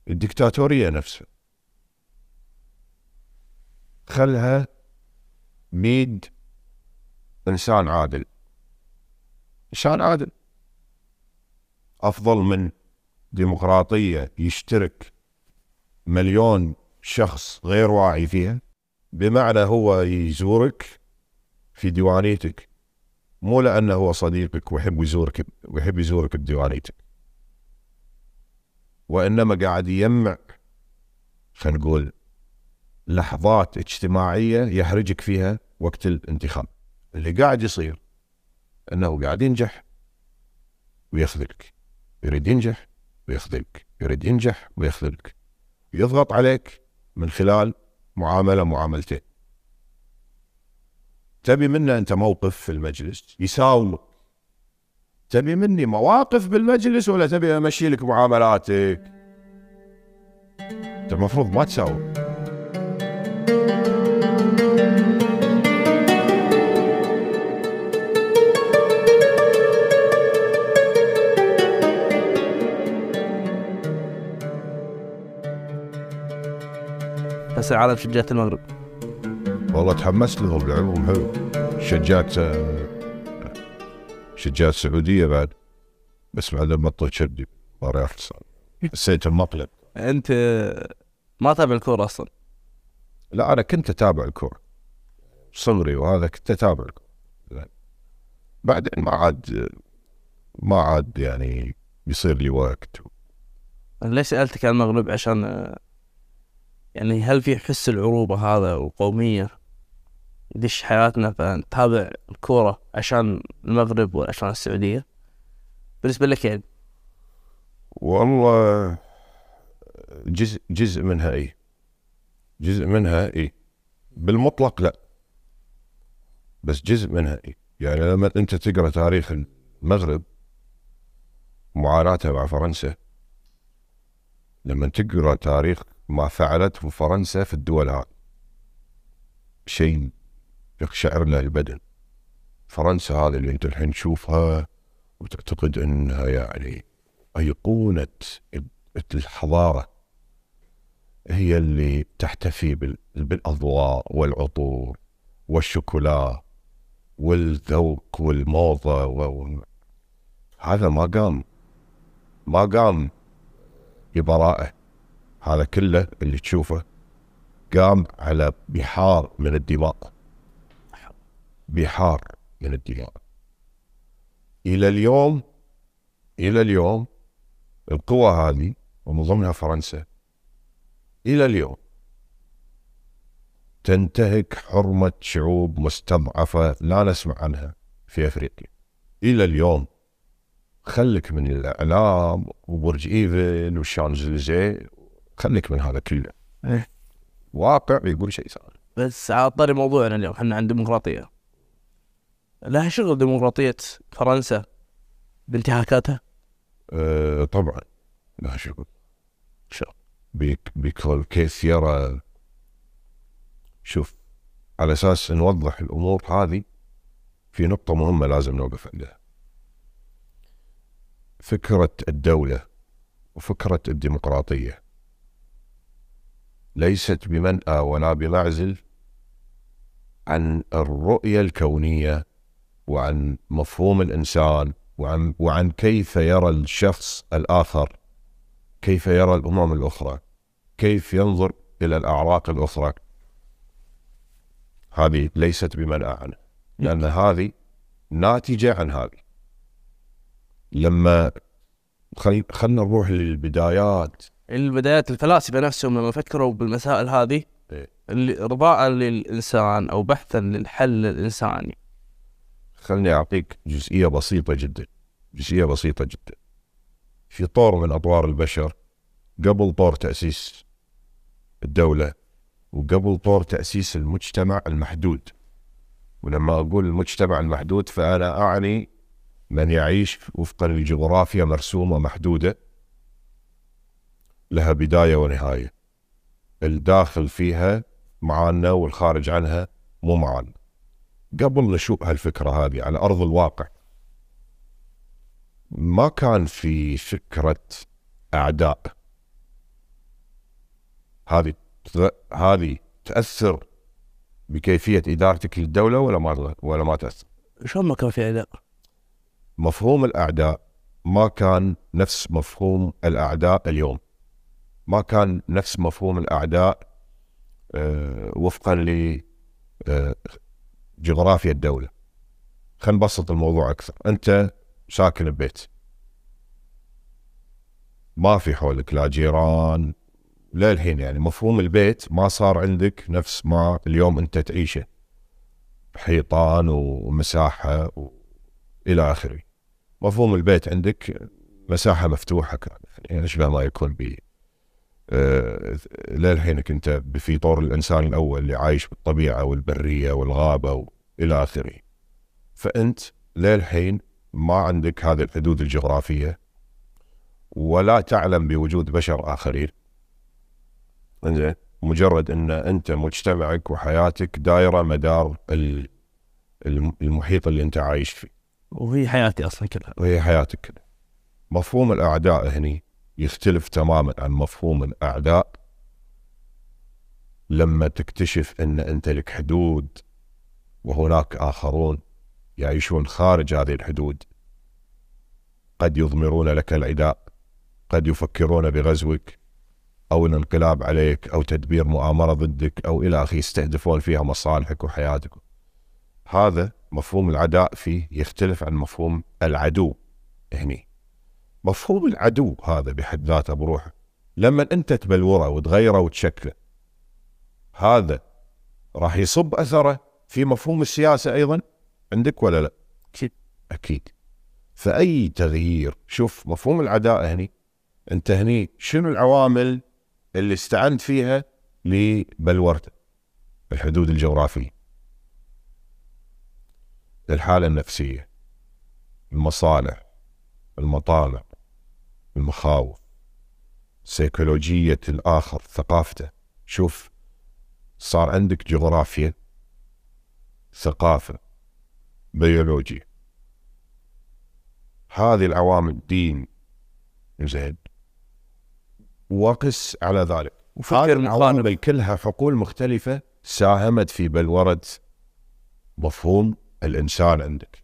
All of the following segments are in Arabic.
الدكتاتورية نفسها خلها بيد إنسان عادل. إنسان عادل أفضل من ديمقراطية يشترك مليون شخص غير واعي فيها، بمعنى هو يزورك في ديوانيتك مو لأنه هو صديقك ويحب يزورك بديوانيتك، وإنما قاعد يجمع خلينا نقول لحظات اجتماعية يحرجك فيها وقت الانتخاب. اللي قاعد يصير أنه قاعد ينجح ويخذلك، يريد ينجح ويخذلك، يريد ينجح ويخذلك، يضغط عليك من خلال معاملتين. تبي منه أنت موقف في المجلس يساومك، تبي مني مواقف بالمجلس، ولا تبي أمشي لك معاملاتك؟ أنت المفروض ما تساوم. كأس العالم شجعت المغرب. والله تحمست لهم، لعبهم حلو. شجعت السعودية بعد، بس بعد ما طلع شدي مباراة حسيت المقلب. أنت ما تابع الكورة أصلا؟ لا أنا كنت أتابع الكورة صغري، وهذا كنت أتابع الكورة، بعدين ما عاد يعني يصير لي وقت. ليش سألتك عن المغرب؟ عشان يعني هل في حس العروبة هذا وقومية يدش حياتنا فنتابع الكورة عشان المغرب وعشان السعودية؟ بالنسبة لك يعني؟ والله جزء منها جزء منها بالمطلق لا، بس جزء منها يعني لما انت تقرأ تاريخ المغرب معاناتها مع فرنسا، لما تقرأ تاريخ ما فعلته فرنسا في الدول هذه، شيء يقشعر له البدن. فرنسا هذه اللي انت الحين تشوفها وتعتقد انها يعني أيقونة الحضارة، هي اللي تحتفي بالأضواء والعطور والشوكولا والذوق والموضة هذا ما قام ببراءة. هذا كله اللي تشوفه قام على بحار من الدماء. إلى اليوم القوى هذه ومن ضمنها فرنسا إلى اليوم تنتهك حرمة شعوب مستضعفة لا نسمع عنها في أفريقيا إلى اليوم. خلك من الإعلام وبرج إيفل والشانزليزيه، خلك من هذا كله. واقع يقول شيء ثاني. بس على طاري موضوعنا اليوم، احنا عن ديمقراطية، لها شغل ديمقراطية فرنسا بانتهاكاتها؟ طبعا لها شغل. بيكون كيف يرى. شوف، على أساس نوضح الأمور هذه، في نقطة مهمة لازم نوقف عندها. فكرة الدولة وفكرة الديمقراطية ليست بمنأى ولا بمعزل عن الرؤية الكونية وعن مفهوم الإنسان وعن كيف يرى الشخص الآخر، كيف يرى الأمم الأخرى، كيف ينظر إلى الأعراق الأخرى. هذه ليست بمنأى عنه، لأن هذه ناتجة عن هذه. لما خلنا نروح للبدايات. الفلاسفة نفسهم لما فكروا بالمسائل هذه اللي إرضاء للإنسان أو بحثا للحل الإنساني. خلني أعطيك جزئية بسيطة جدا. في طور من أطوار البشر، قبل طور تأسيس الدولة وقبل طور تأسيس المجتمع المحدود. ولما أقول المجتمع المحدود فأنا أعني من يعيش وفقا لجغرافيا مرسومة محدودة لها بداية ونهاية، الداخل فيها معانا والخارج عنها مو معانا. قبل نشوء هالفكرة هذه على أرض الواقع ما كان في فكرة أعداء، هذه تأثر بكيفية إدارتك للدولة ولا ما تأثر؟ شلون ما كان في عداء؟ مفهوم الأعداء ما كان نفس مفهوم الأعداء اليوم، ما كان نفس مفهوم الأعداء وفقا لجغرافيا الدولة. خلينا نبسط الموضوع أكثر. أنت ساكن ببيت، ما في حولك لا جيران للحين، يعني مفهوم البيت ما صار عندك نفس ما اليوم أنت تعيشه، حيطان ومساحة إلى آخره. مفهوم البيت عندك مساحة مفتوحة كان، يعني أشبه ما يكون للحين كنت في طور الإنسان الأول اللي عايش بالطبيعة والبرية والغابة إلى آخره. فأنت للحين ما عندك هذه الحدود الجغرافية ولا تعلم بوجود بشر آخرين. مجرد أن أنت مجتمعك وحياتك دائرة مدار المحيط اللي أنت عايش فيه، وهي حياتي أصلا كلها، وهي حياتك كلها. مفهوم الأعداء هني يختلف تماما عن مفهوم الأعداء لما تكتشف أن أنت لك حدود وهناك آخرون يعيشون خارج هذه الحدود، قد يضمرون لك العداء، قد يفكرون بغزوك أو الانقلاب عليك أو تدبير مؤامرة ضدك أو إلى آخره، يستهدفون فيها مصالحك وحياتك. هذا مفهوم العداء فيه يختلف عن مفهوم العدو. هني مفهوم العدو هذا بحد ذاته بروحه لما أنت تبلوره وتغيره وتشكله، هذا راح يصب أثره في مفهوم السياسة أيضا عندك ولا لا؟ أكيد. فأي تغيير، شوف مفهوم العداء هني، أنت هني شنو العوامل اللي استعنت فيها لبلورته؟ الحدود الجغرافية، الحالة النفسية، المصالح، المطالع، المخاوف، سيكولوجية الآخر، ثقافته. شوف صار عندك جغرافيا، ثقافة، بيولوجيا، هذه العوامل، دين، زين، وقس على ذلك. هذه العوامل كلها حقول مختلفة ساهمت في بلورة مفهوم الإنسان عندك.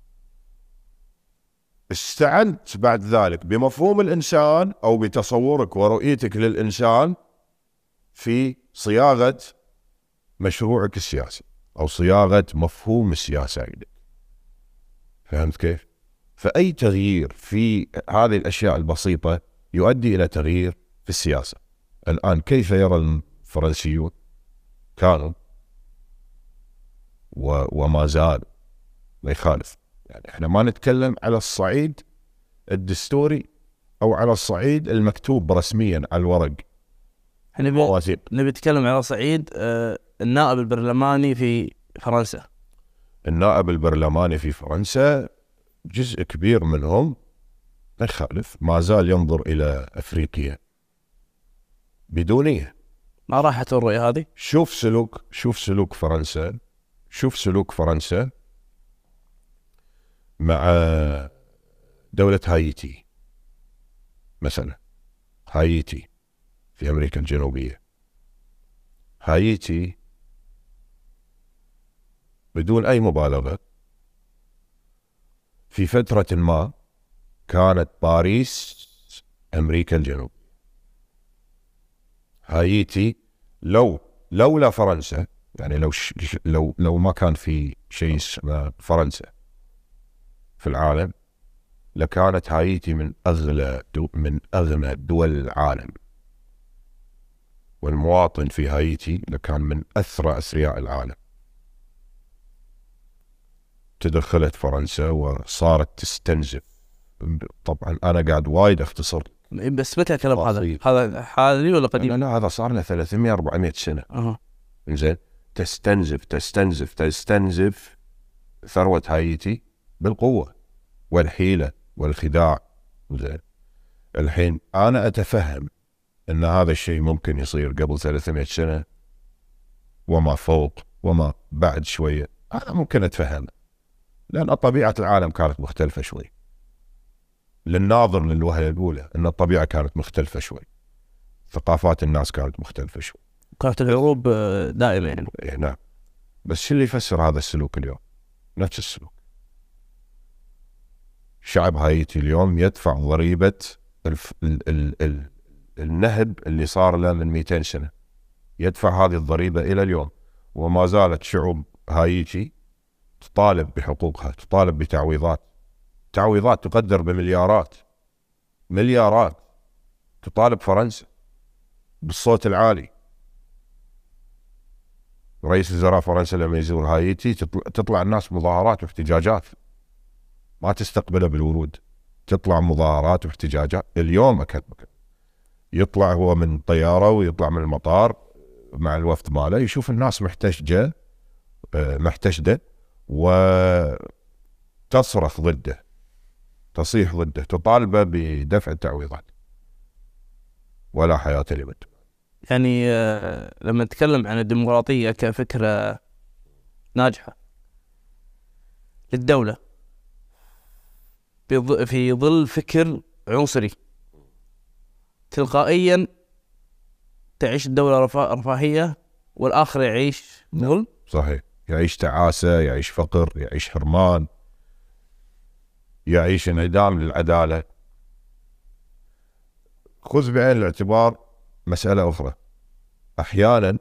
استعنت بعد ذلك بمفهوم الإنسان أو بتصورك ورؤيتك للإنسان في صياغة مشروعك السياسي أو صياغة مفهوم السياسة عندك. فهمت كيف؟ فأي تغيير في هذه الأشياء البسيطة يؤدي إلى تغيير في السياسة. الآن كيف يرى الفرنسيون كانوا وما زال ما يخالف، يعني احنا ما نتكلم على الصعيد الدستوري أو على الصعيد المكتوب رسميا على الورق. نبي نتكلم على صعيد النائب البرلماني في فرنسا. النائب البرلماني في فرنسا جزء كبير منهم ما يخالف، ما زال ينظر إلى أفريقيا بدونية. ما راحت الرؤية هذه. شوف سلوك فرنسا، شوف سلوك فرنسا مع دولة هايتي مثلا. هايتي في أمريكا الجنوبية، هايتي بدون أي مبالغة في فترة ما كانت باريس أمريكا الجنوبية. هايتي لولا فرنسا، يعني لو ما كان في شيء اسمه فرنسا في العالم، لكانت هايتي من أغنى دول العالم، والمواطن في هايتي لكان من أثرى أثرياء العالم. تدخلت فرنسا وصارت تستنزف. طبعا أنا قاعد وايد أختصر، بس متى الكلام هذا حالي ولا قديم؟ لا هذا صار له 300-400 سنة. إنزين، تستنزف ثروة هايتي بالقوة والحيلة والخداع. زين، الحين أنا أتفهم أن هذا الشيء ممكن يصير قبل 300 سنة وما فوق وما بعد شوية، هذا ممكن أتفهم، لأن طبيعة العالم كانت مختلفة شوي. للناظر للوهلة الأولى أن الطبيعة كانت مختلفة شوي. ثقافات الناس كانت مختلفة شوي. كانت الحروب دائمة يعني. نعم. بس شو اللي يفسر هذا السلوك اليوم؟ نفس السلوك. شعب هايتي اليوم يدفع ضريبة النهب اللي صار له من 200 سنة، يدفع هذه الضريبة إلى اليوم، وما زالت شعوب هايتي تطالب بحقوقها، تطالب بتعويضات، تعويضات تقدر بمليارات، مليارات. تطالب فرنسا بالصوت العالي. رئيس وزراء فرنسا لما يزور هايتي تطلع الناس مظاهرات واحتجاجات، ما تستقبله بالورود، تطلع مظاهرات واحتجاجات. اليوم أكلمك يطلع هو من طيارة ويطلع من المطار مع الوفد ماله، يشوف الناس محتشدة وتصرخ ضده، تصيح ضده، تطالبه بدفع التعويضات. ولا حياة لمن. يعني لما نتكلم عن الديمقراطية كفكرة ناجحة للدولة في ظل فكر عنصري، تلقائيا تعيش الدولة رفاهية والآخر يعيش ظلم. صحيح، يعيش تعاسة، يعيش فقر، يعيش حرمان، يعيش انعدام للعدالة. خذ بعين الاعتبار مسألة أخرى، أحيانا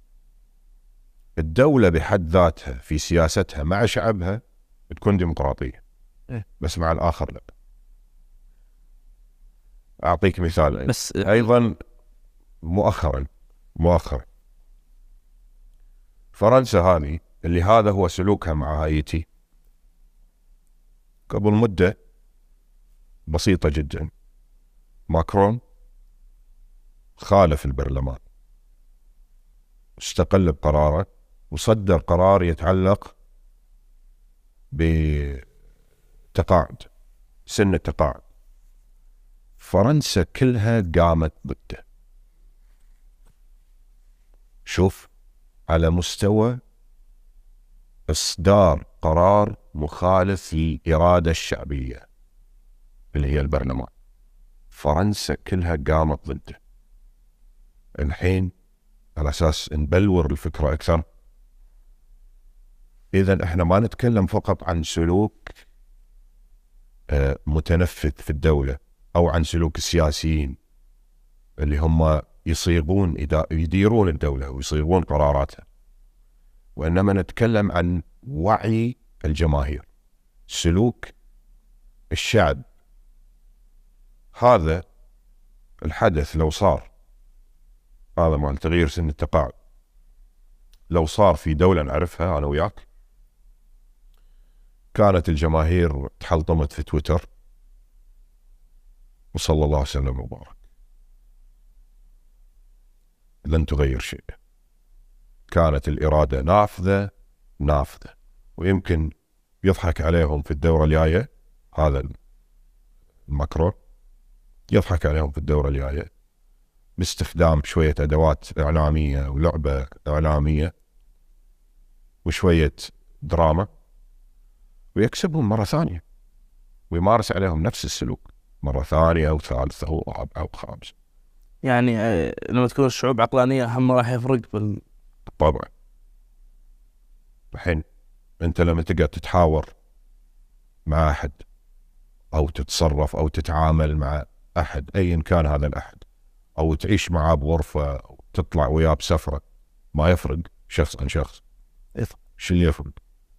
الدولة بحد ذاتها في سياستها مع شعبها تكون ديمقراطية، بس مع الآخر لا. أعطيك مثال بس أيضا مؤخرا فرنسا هذه اللي هذا هو سلوكها مع هايتي، قبل مدة بسيطة جدا ماكرون خالف البرلمان، استقل بقراره وصدر قرار يتعلق بتقاعد، سن التقاعد. فرنسا كلها قامت ضده. شوف، على مستوى إصدار قرار مخالف للإرادة الشعبية اللي هي البرلمان، فرنسا كلها قامت ضده. الحين على أساس نبلور الفكرة أكثر، إذن إحنا ما نتكلم فقط عن سلوك متنفذ في الدولة أو عن سلوك السياسيين اللي هم يديرون الدولة ويصيغون قراراتها، وإنما نتكلم عن وعي الجماهير، سلوك الشعب. هذا الحدث لو صار، هذا مال تغيير سن التقاعد، لو صار في دولة نعرفها أنا وياك، كانت الجماهير تحلطمت في تويتر وصلى الله وسلم وبارك، لن تغير شيء. كانت الإرادة نافذة، ويمكن يضحك عليهم في الدورة الجاية، هذا ماكرون يضحك عليهم في الدورة الجاية باستخدام شوية أدوات إعلامية ولعبة إعلامية وشوية دراما، ويكسبهم مرة ثانية ويمارس عليهم نفس السلوك مرة ثانية أو ثالثة أو رابعة أو خامسة. يعني لما تكون الشعوب عقلانية هم راح يفرق طبعا. الحين أنت لما تقعد تتحاور مع أحد أو تتصرف أو تتعامل مع أحد أيا كان هذا الأحد، أو تعيش معاه بغرفة أو تطلع وياه بسفرة، ما يفرق شخص عن شخص. شو اللي يفرق؟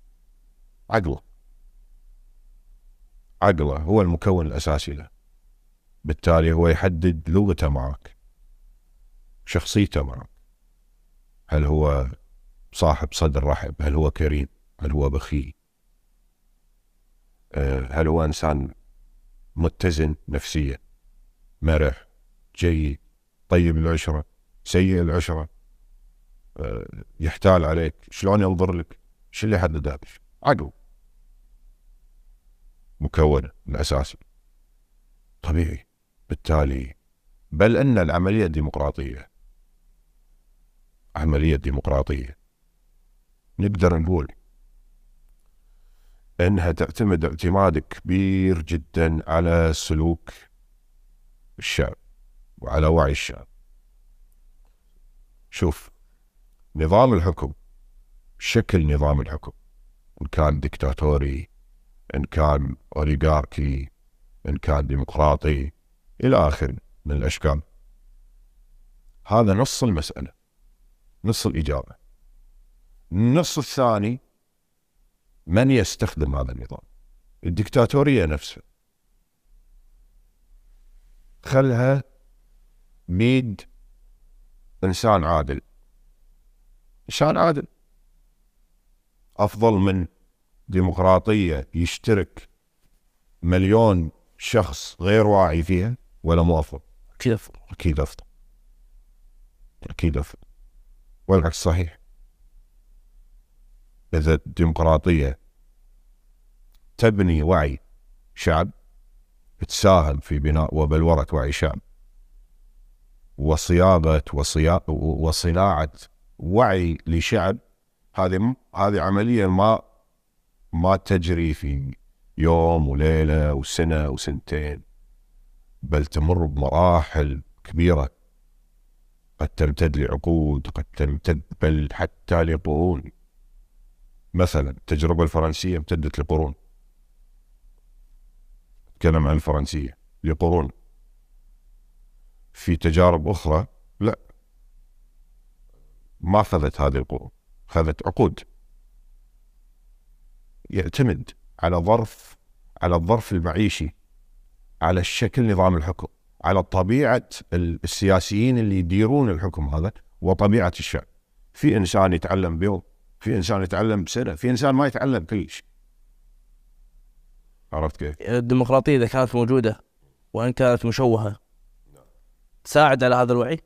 عقله هو المكون الأساسي له، بالتالي هو يحدد لغته معك، شخصيته معك. هل هو صاحب صدر رحب؟ هل هو كريم؟ هل هو بخيل؟ هل هو إنسان متزن نفسيا، مرح، جيد، طيب العشرة، سيء العشرة، يحتال عليك، شلون ينظر لك؟ شو اللي يحدد هذا؟ عقل مكون الأساسي طبيعي. بالتالي بل أن العملية الديمقراطية نقدر نقول أنها تعتمد اعتماد كبير جدا على سلوك الشعب وعلى وعي الشعب. شوف، نظام الحكم، شكل نظام الحكم، إن كان ديكتاتوري، إن كان أوليغاركي، إن كان ديمقراطي، إلى آخر من الأشكال. هذا نص المسألة، نص الإجابة. النص الثاني، من يستخدم هذا النظام؟ الديكتاتورية نفسها خلها بيد إنسان عادل. إنسان عادل أفضل من ديمقراطية يشترك مليون شخص غير واعي فيها، ولا مو أفضل؟ أكيد أفضل. أكيد أفضل، أكيد أفضل، والعكس صحيح. إذا الديمقراطية تبني وعي شعب، تساهم في بناء وبلورة وعي شعب وصياغة وصناعة وعي لشعب، هذه عملية ما تجري في يوم وليلة وسنة وسنتين، بل تمر بمراحل كبيرة، قد تمتد لعقود، قد تمتد بل حتى لقرون. مثلا التجربة الفرنسية امتدت لقرون، أتكلم عن الفرنسية، لقرون. في تجارب أخرى لا، ما أخذت هذه القرون، أخذت عقود. يعتمد على الظرف المعيشي، على الشكل نظام الحكم، على طبيعة السياسيين اللي يديرون الحكم هذا، وطبيعة الشعب. في إنسان يتعلم بيوم، في إنسان يتعلم بسنة، في إنسان ما يتعلم كلش. عرفت كيف؟ الديمقراطية إذا كانت موجودة وإن كانت مشوهة تساعد على هذا الوعي،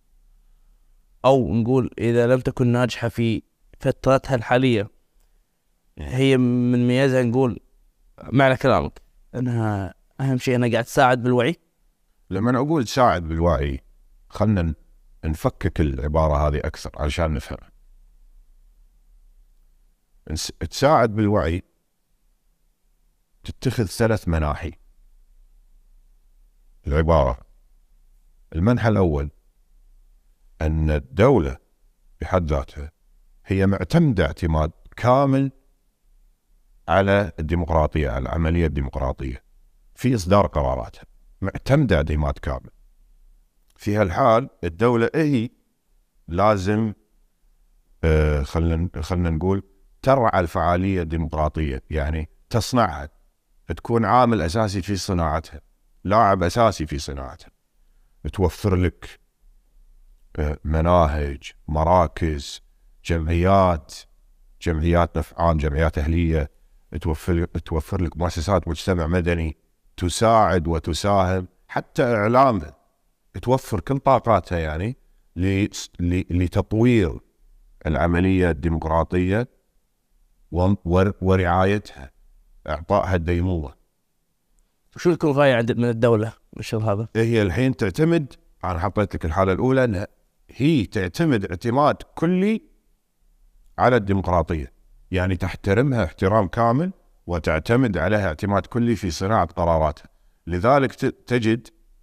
أو نقول إذا لم تكن ناجحة في فترتها الحالية، هي من ميزها نقول معنى كلامك أنها أهم شيء أنها قاعد تساعد بالوعي. لما أنا أقول تساعد بالوعي، خلنا نفكك العبارة هذه أكثر علشان نفهمها. تساعد بالوعي تتخذ 3 مناحي العبارة. المنحى الأول أن الدولة بحد ذاتها هي معتمدة اعتماد كامل على الديمقراطية، على العملية الديمقراطية في إصدار قراراتها، معتمدة اعتماد كامل. في هالحال الدولة هي لازم خلنا نقول ترعى الفعالية الديمقراطية، يعني تصنعها، تكون عامل أساسي في صناعتها، لاعب أساسي في صناعتها، توفر لك مناهج، مراكز، جمعيات نفع عام، جمعيات أهلية، توفر لك مؤسسات مجتمع مدني تساعد وتساهم، حتى إعلامها، توفر كل طاقاتها يعني لتطوير العملية الديمقراطية ورعايتها، إعطائها الديمومة. شو تكون غاية من الدولة بالشغل هذا؟ هي الحين تعتمد، أنا حطيت لك الحالة الأولى، أنها هي تعتمد اعتماد كلي على الديمقراطية، يعني تحترمها احترام كامل وتعتمد عليها اعتماد كلي في صناعة قراراتها. لذلك تجد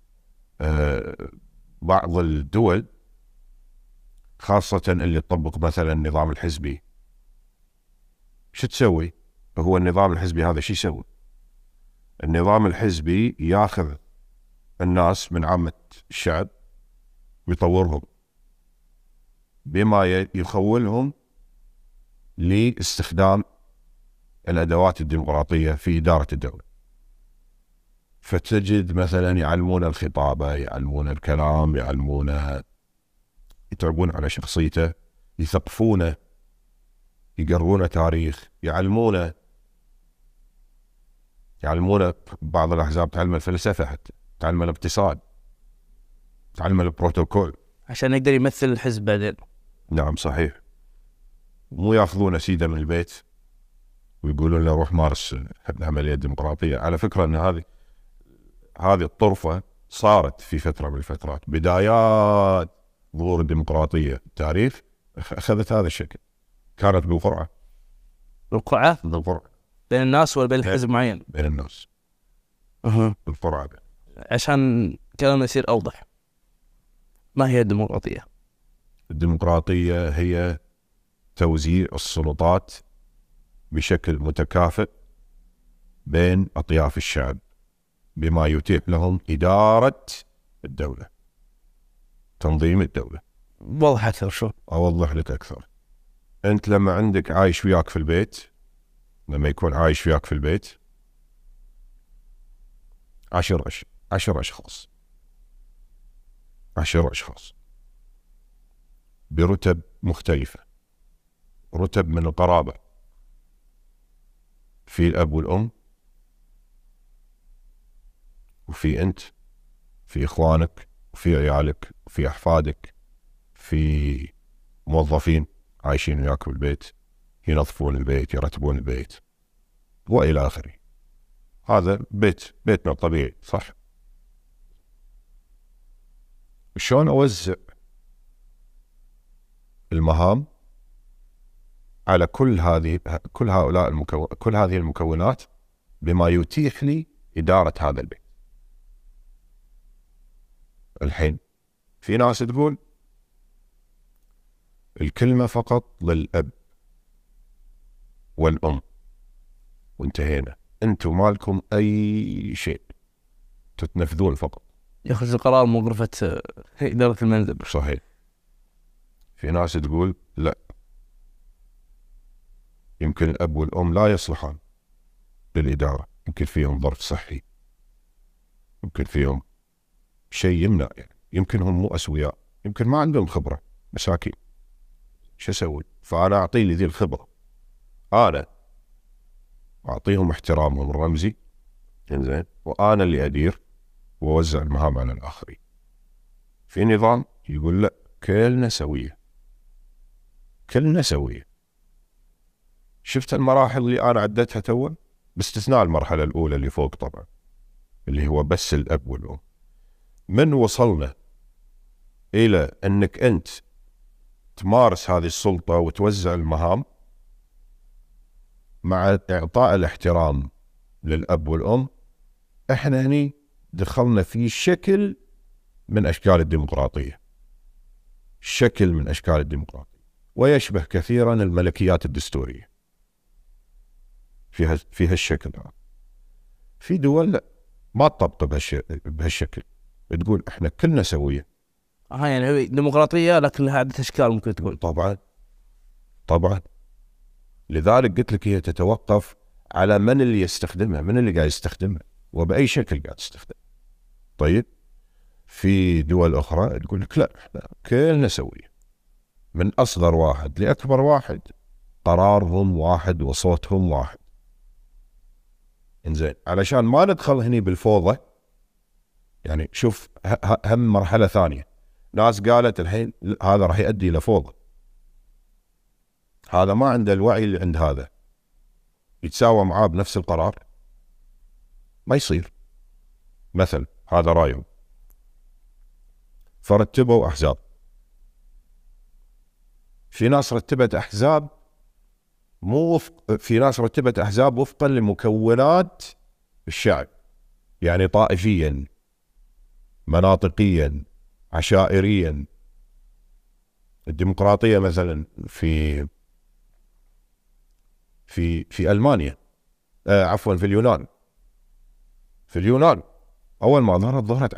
بعض الدول، خاصة اللي تطبق مثلا النظام الحزبي، شو تسوي؟ هو النظام الحزبي هذا شو يسوي؟ النظام الحزبي ياخذ الناس من عامة الشعب ويطورهم بما يخولهم لاستخدام الأدوات الديمقراطية في إدارة الدولة. فتجد مثلا يعلمون الخطابة، يعلمون الكلام، يتعبون على شخصيته، يثقفونه، يقرونه تاريخ، يعلمونه بعض الأحزاب تعلم الفلسفة، حتى تعلم الاقتصاد، تعلم البروتوكول عشان يقدر يمثل الحزب بعدين. نعم صحيح. مو ياخذون سيدة من البيت ويقولون له روح مارس العملية الديمقراطية. على فكرة أن هذه الطرفة صارت في فترة من الفترات، بدايات ظهور الديمقراطية التاريخ أخذت هذا الشكل، كانت بالقرعة بين الناس ولا بين الحزب معين؟ بين الناس. بالقرعة. عشان كلامنا يصير أوضح، ما هي الديمقراطية؟ الديمقراطية هي توزيع السلطات بشكل متكافئ بين أطياف الشعب بما يتيح لهم إدارة الدولة، تنظيم الدولة. وضح أكثر شو. أوضح لك أكثر. أنت لما عندك عايش وياك في البيت، لما يكون عايش وياك في البيت 10 أشخاص، 10 أشخاص برتب مختلفة، رتب من القرابة، في الأب والأم، وفي أنت، في إخوانك، وفي عيالك، وفي أحفادك، في موظفين عايشين وياك في البيت ينظفون البيت، يرتبون البيت، وإلى آخره. هذا بيتنا الطبيعي، صح؟ شلون أوزع المهام على كل هذه المكونات بما يتيح لي إدارة هذا البيت؟ الحين في ناس تقول الكلمة فقط للأب والأم وانتهينا، انتم مالكم أي شيء، تتنفذون فقط، يخرج القرار من غرفة إدارة المنزل. صحيح. في ناس تقول لا، يمكن الأب والأم لا يصلحان للإدارة، يمكن فيهم ظرف صحي، يمكن فيهم شيء يمنع، يعني يمكن هم مو أسوياء، يمكن ما عندهم خبرة، مساكين، شو أسوي؟ فأنا أعطي لي ذي الخبرة، أنا أعطيهم احترامهم الرمزي، إنزين، وأنا اللي أدير ووزع المهام على الآخرين. في نظام يقول لا، كلنا سوية، كلنا سوية. شفت المراحل اللي أنا عدتها توا، باستثناء المرحلة الأولى اللي فوق طبعا، اللي هو بس الأب والأم. من وصلنا إلى أنك أنت تمارس هذه السلطة وتوزع المهام مع إعطاء الاحترام للأب والأم، إحنا هني دخلنا في شكل من أشكال الديمقراطية، شكل من أشكال الديمقراطية، ويشبه كثيرا الملكيات الدستورية في هالشكل. في دول لا، ما تطبق بهالشكل، تقول إحنا كلنا سوية. يعني هي ديمقراطية لكن لها عدة أشكال ممكن تقول. طبعا. لذلك قلت لك هي تتوقف على من اللي يستخدمها، من اللي قاعد يستخدمها، وبأي شكل قاعد يستخدمها. طيب في دول أخرى تقول لك لا، إحنا كلنا سوية، من أصغر واحد لأكبر واحد قرارهم واحد وصوتهم واحد. إنزين، علشان ما ندخل هني بالفوضى، يعني شوف هم مرحلة ثانية، ناس قالت الحين هذا راح يؤدي إلى فوضى، هذا ما عنده الوعي اللي عند هذا، يتساوى معاه بنفس القرار، ما يصير. مثل هذا رأيهم، فرتبوا أحزاب، في ناس رتبت أحزاب في ناس رتبت أحزاب وفقا لمكونات الشعب، يعني طائفيا، مناطقيا، عشائريا. الديمقراطية مثلا في ألمانيا، عفوا في اليونان. في اليونان أول ما ظهرت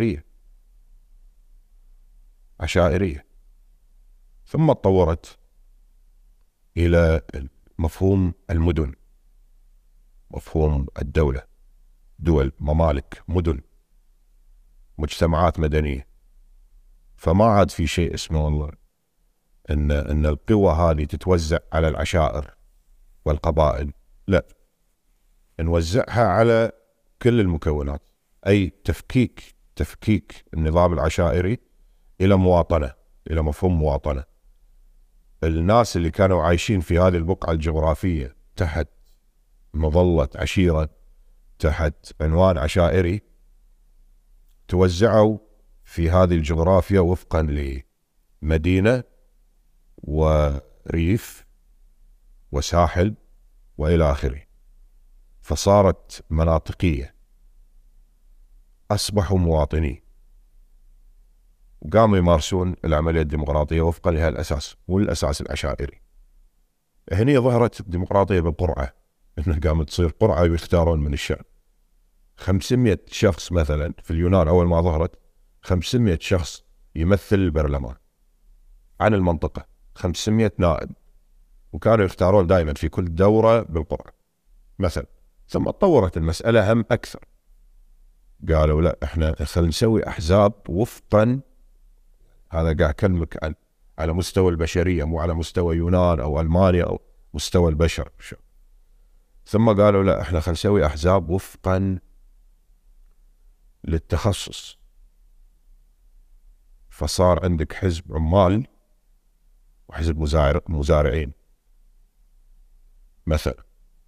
عشائرية، ثم تطورت إلى مفهوم المدن، مفهوم الدولة، دول، ممالك، مدن، مجتمعات مدنية. فما عاد في شيء اسمه والله إن القوى هذه تتوزع على العشائر والقبائل، لا، نوزعها على كل المكونات، أي تفكيك النظام العشائري إلى مواطنة، إلى مفهوم مواطنة. الناس اللي كانوا عايشين في هذه البقعة الجغرافية تحت مظلة عشيرة، تحت عنوان عشائري، توزعوا في هذه الجغرافيا وفقا لمدينة وريف وساحل وإلى آخره، فصارت مناطقية، أصبحوا مواطنين. وقاموا يمارسون العملية الديمقراطية وفقا لهالأساس والأساس العشائري. هني ظهرت الديمقراطية بالقرعة، إنه قامت تصير قرعة ويختارون من الشعب. 500 شخص مثلا في اليونان أول ما ظهرت 500 شخص يمثل البرلمان عن المنطقة، 500 نائب، وكانوا يختارون دائما في كل دورة بالقرعة مثلا. ثم تطورت المسألة هم أكثر، قالوا لا إحنا خلينا نسوي أحزاب وفقا، هذا قاعد أكلمك على مستوى البشرية مو على مستوى يونان أو ألمانيا أو مستوى البشر. ثم قالوا لا إحنا خلينا نسوي أحزاب وفقا للتخصص، فصار عندك حزب عمال وحزب مزارعين مثلا.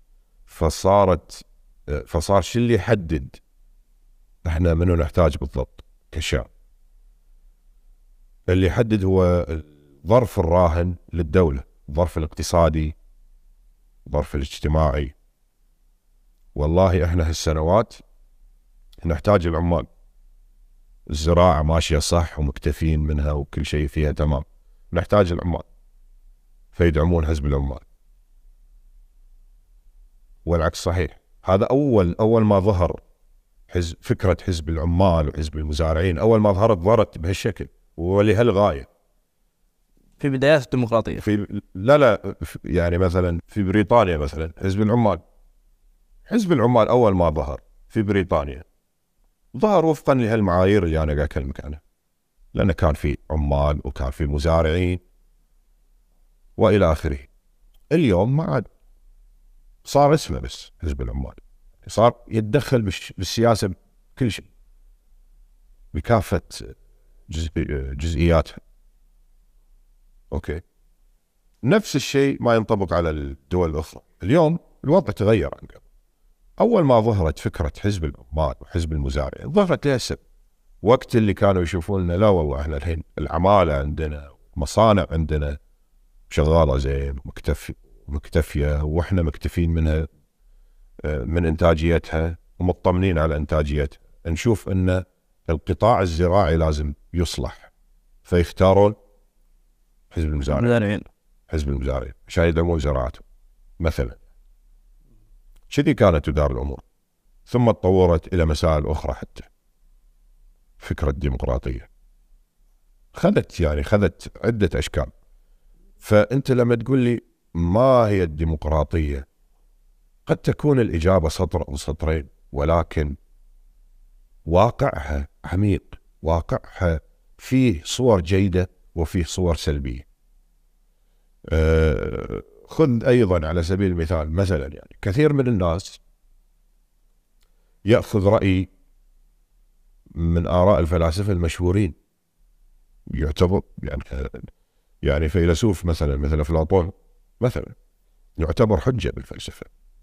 فصار شو اللي يحدد احنا منو نحتاج بالضبط كشعب؟ اللي يحدد هو الظرف الراهن للدولة، الظرف الاقتصادي، الظرف الاجتماعي. والله احنا هالسنوات نحتاج العمال، الزراعة ماشية صح ومكتفين منها وكل شيء فيها تمام، نحتاج العمال فيدعمون حزب العمال. والعكس صحيح. هذا أول ما ظهر فكرة حزب العمال وحزب المزارعين، أول ما ظهرت بهالشكل ولهالغاية في بدايات الديمقراطية. لا يعني مثلا في بريطانيا مثلا حزب العمال أول ما ظهر في بريطانيا ظهر وفقا لهالمعايير اللي أنا قاعد أكلمك عنها، لأنه كان في عمال وكان في مزارعين وإلى آخره. اليوم ما عاد، صار اسمه بس حزب العمال، صار يتدخل بالسياسة بكل شيء بكافة جزئياتها. أوكي، نفس الشيء ما ينطبق على الدول الأخرى. اليوم الوضع تغير عن قبل. أول ما ظهرت فكرة حزب العمال وحزب المزارعين ظهرت لها سبب، وقت اللي كانوا يشوفون لنا لا والله احنا الحين العمالة عندنا، مصانع عندنا شغالة زين مكتفية واحنا مكتفين منها، من إنتاجيتها ومطمنين على إنتاجيتها، نشوف أن القطاع الزراعي لازم يصلح، فيختارون حزب المزارعين عشان يدعمون زراعته مثلا. كذي كانت تدار الأمور. ثم تطورت إلى مسائل أخرى، حتى فكرة الديمقراطية خذت عدة أشكال. فأنت لما تقول لي ما هي الديمقراطية، قد تكون الإجابة سطر أو سطرين، ولكن واقعها عميق، واقعها فيه صور جيدة وفيه صور سلبية. خذ أيضا على سبيل المثال مثلا، يعني كثير من الناس يأخذ رأي من آراء الفلاسفة المشهورين، يعتبر يعني فيلسوف مثل أفلاطون مثلا يعتبر حجة بالفلسفة،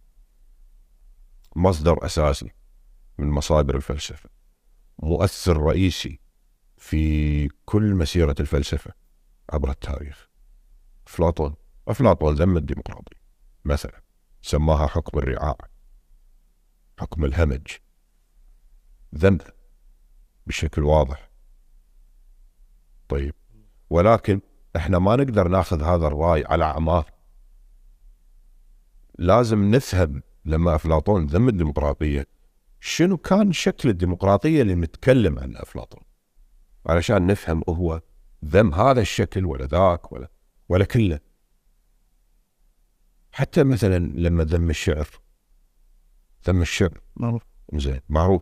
مصدر أساسي من مصادر الفلسفة، مؤثر رئيسي في كل مسيرة الفلسفة عبر التاريخ. أفلاطون ذم الديمقراطية مثلا، سماها حكم الرعاع، حكم الهمج، ذمها بشكل واضح. طيب، ولكن احنا ما نقدر ناخذ هذا الرأي على عماه، لازم نفهم لما أفلاطون ذم الديمقراطية شنو كان شكل الديمقراطية اللي متكلم عنه أفلاطون، علشان نفهم هو ذم هذا الشكل ولا ذاك ولا كله. حتى مثلا لما ذم الشعر زين معروف.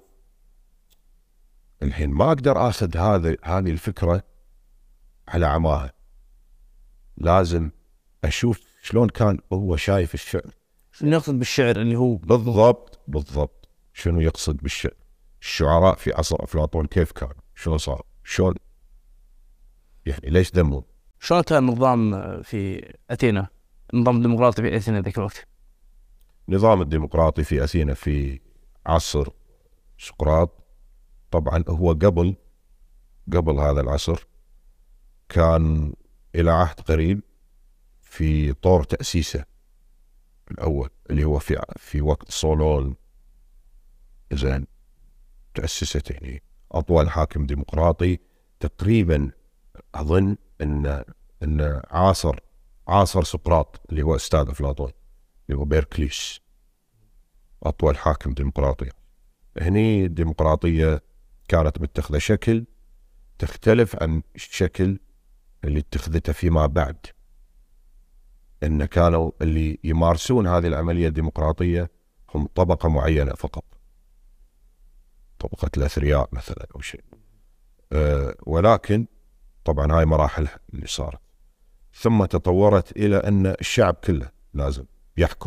الحين ما أقدر أخذ هذه الفكرة على عماها، لازم أشوف شلون كان هو شايف الشعر، شنو يقصد بالشعر اللي هو بالضبط شنو يقصد بالشعر. الشعراء في عصر أفلاطون كيف كانوا، شلون صار، شلون يعني ليش ذموا. شلون كان النظام في أثينا، النظام الديمقراطي في أثينا ذاك الوقت؟ نظام الديمقراطي في أثينا في عصر سقراط، طبعا هو قبل هذا العصر كان إلى عهد قريب في طور تأسيسه الأول، اللي هو في وقت صولون. زين، تأسست يعني أطول حاكم ديمقراطي تقريبا أظن أن عاصر سقراط اللي هو أستاذ أفلاطون اللي هو بيركليس، أطول حاكم ديمقراطي. هني الديمقراطية كانت متخذة شكل تختلف عن الشكل اللي اتخذته فيما بعد، أن كانوا اللي يمارسون هذه العملية الديمقراطية هم طبقة معينة فقط، طبقة الأثرياء مثلا أو شيء. ولكن طبعا هاي مراحل اللي صارت، ثم تطورت إلى أن الشعب كله لازم يحكم،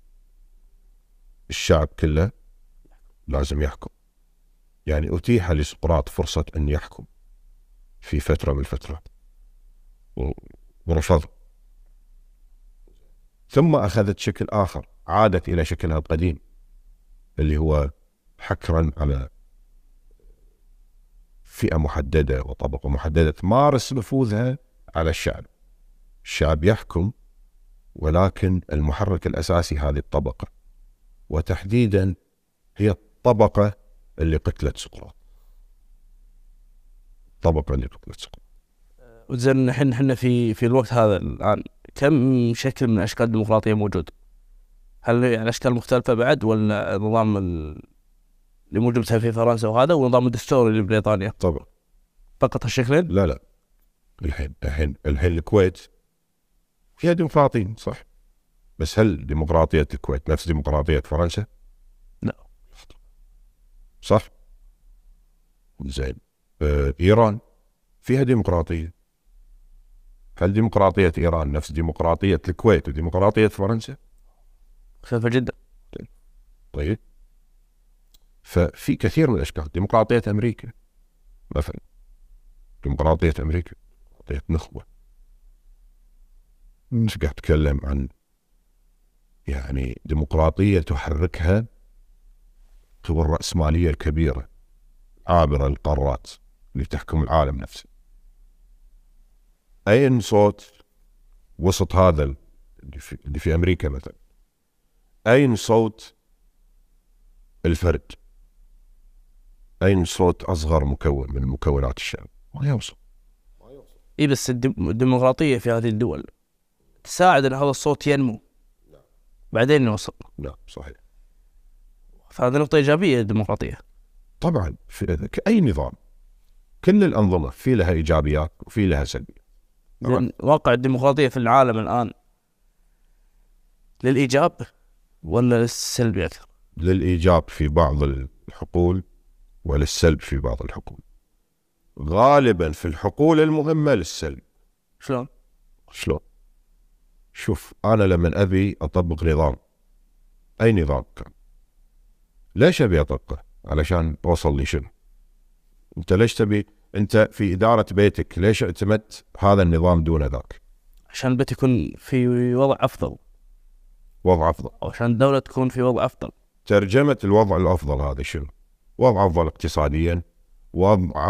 الشعب كله لازم يحكم. يعني أتيح لسقراط فرصة أن يحكم في فترة من الفترات ورفض، ثم أخذت شكل آخر، عادت إلى شكلها القديم اللي هو حكرا على فئة محددة وطبقة محددة تمارس نفوذها على الشعب. الشعب يحكم، ولكن المحرك الأساسي هذه الطبقة، وتحديدا هي الطبقة اللي قتلت سقراط، الطبقة اللي قتلت سقراط. وزين احنا في الوقت هذا الآن كم شكل من أشكال الديمقراطية موجود؟ هل يعني أشكال مختلفة بعد، ولا النظام اللي موجود في فرنسا وهذا والنظام الدستوري اللي بريطانيا طبعا فقط هالشكلين؟ لا الحين الكويت فيها ديمقراطيين صح، بس هل ديمقراطية الكويت نفس ديمقراطية فرنسا؟ لا. صح. زين إيران فيها ديمقراطية، هل ديمقراطية إيران نفس ديمقراطية الكويت وديمقراطية فرنسا؟ مختلفة جدا. طيب ففي كثير من الأشكال. ديمقراطية أمريكا مثلا، ديمقراطية أمريكا ديمقراطية نخبة. مش قاعد أتكلم عن يعني ديمقراطية تحركها قوى الرأسمالية الكبيرة عابرة القارات اللي تحكم العالم نفسه. أين صوت وسط هذا اللي في أمريكا مثلا؟ أين صوت الفرد؟ أين صوت أصغر مكون من مكونات الشعب؟ ما يوصل. إيه بس الديمقراطية في هذه الدول تساعد أن هذا الصوت ينمو بعدين يوصل. لا صحيح. فهذه نقطة إيجابية للديمقراطية. طبعا في أي نظام كل الأنظمة في لها إيجابيات وفي لها سلبيات. واقع الديمقراطية في العالم الآن للإيجاب ولا للسلب أكثر؟ للإيجاب في بعض الحقول وللسلب في بعض الحقول. غالبا في الحقول المهمة للسلب. شلون؟ شوف أنا لما أبي أطبق نظام، أي نظام كان، ليش أبي أطبقه؟ علشان أوصل لي شنو؟ أنت ليش تبي أنت في إدارة بيتك ليش اعتمدت هذا النظام دون ذاك؟ عشان البيت يكون في وضع أفضل. وضع أفضل. أو عشان الدولة تكون في وضع أفضل. ترجمة الوضع الأفضل هذا شنو؟ وضع أفضل اقتصاديا، وضع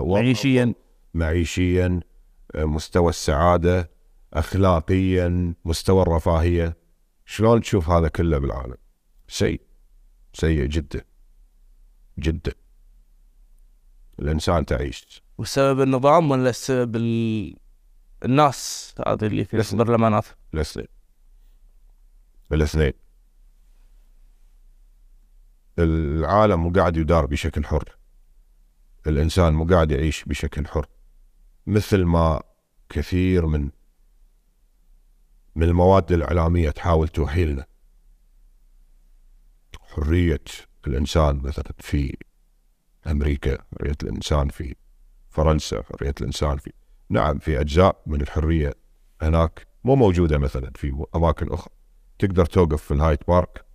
معيشيا، مستوى السعادة، أخلاقيا، مستوى الرفاهية. شلون تشوف هذا كله بالعالم؟ سيء جدا جدا. الإنسان تعيش. والسبب النظام ولا السبب الناس هذه اللي في البرلمانات؟ الاثنين. العالم مو قاعد يدار بشكل حر، الإنسان مو قاعد يعيش بشكل حر، مثل ما كثير من المواد الإعلامية تحاول توحي لنا. حرية الإنسان مثلا في أمريكا، حرية الإنسان في فرنسا، حرية الإنسان في نعم في أجزاء من الحرية هناك مو موجودة مثلا في أماكن أخرى. تقدر توقف في الهايد بارك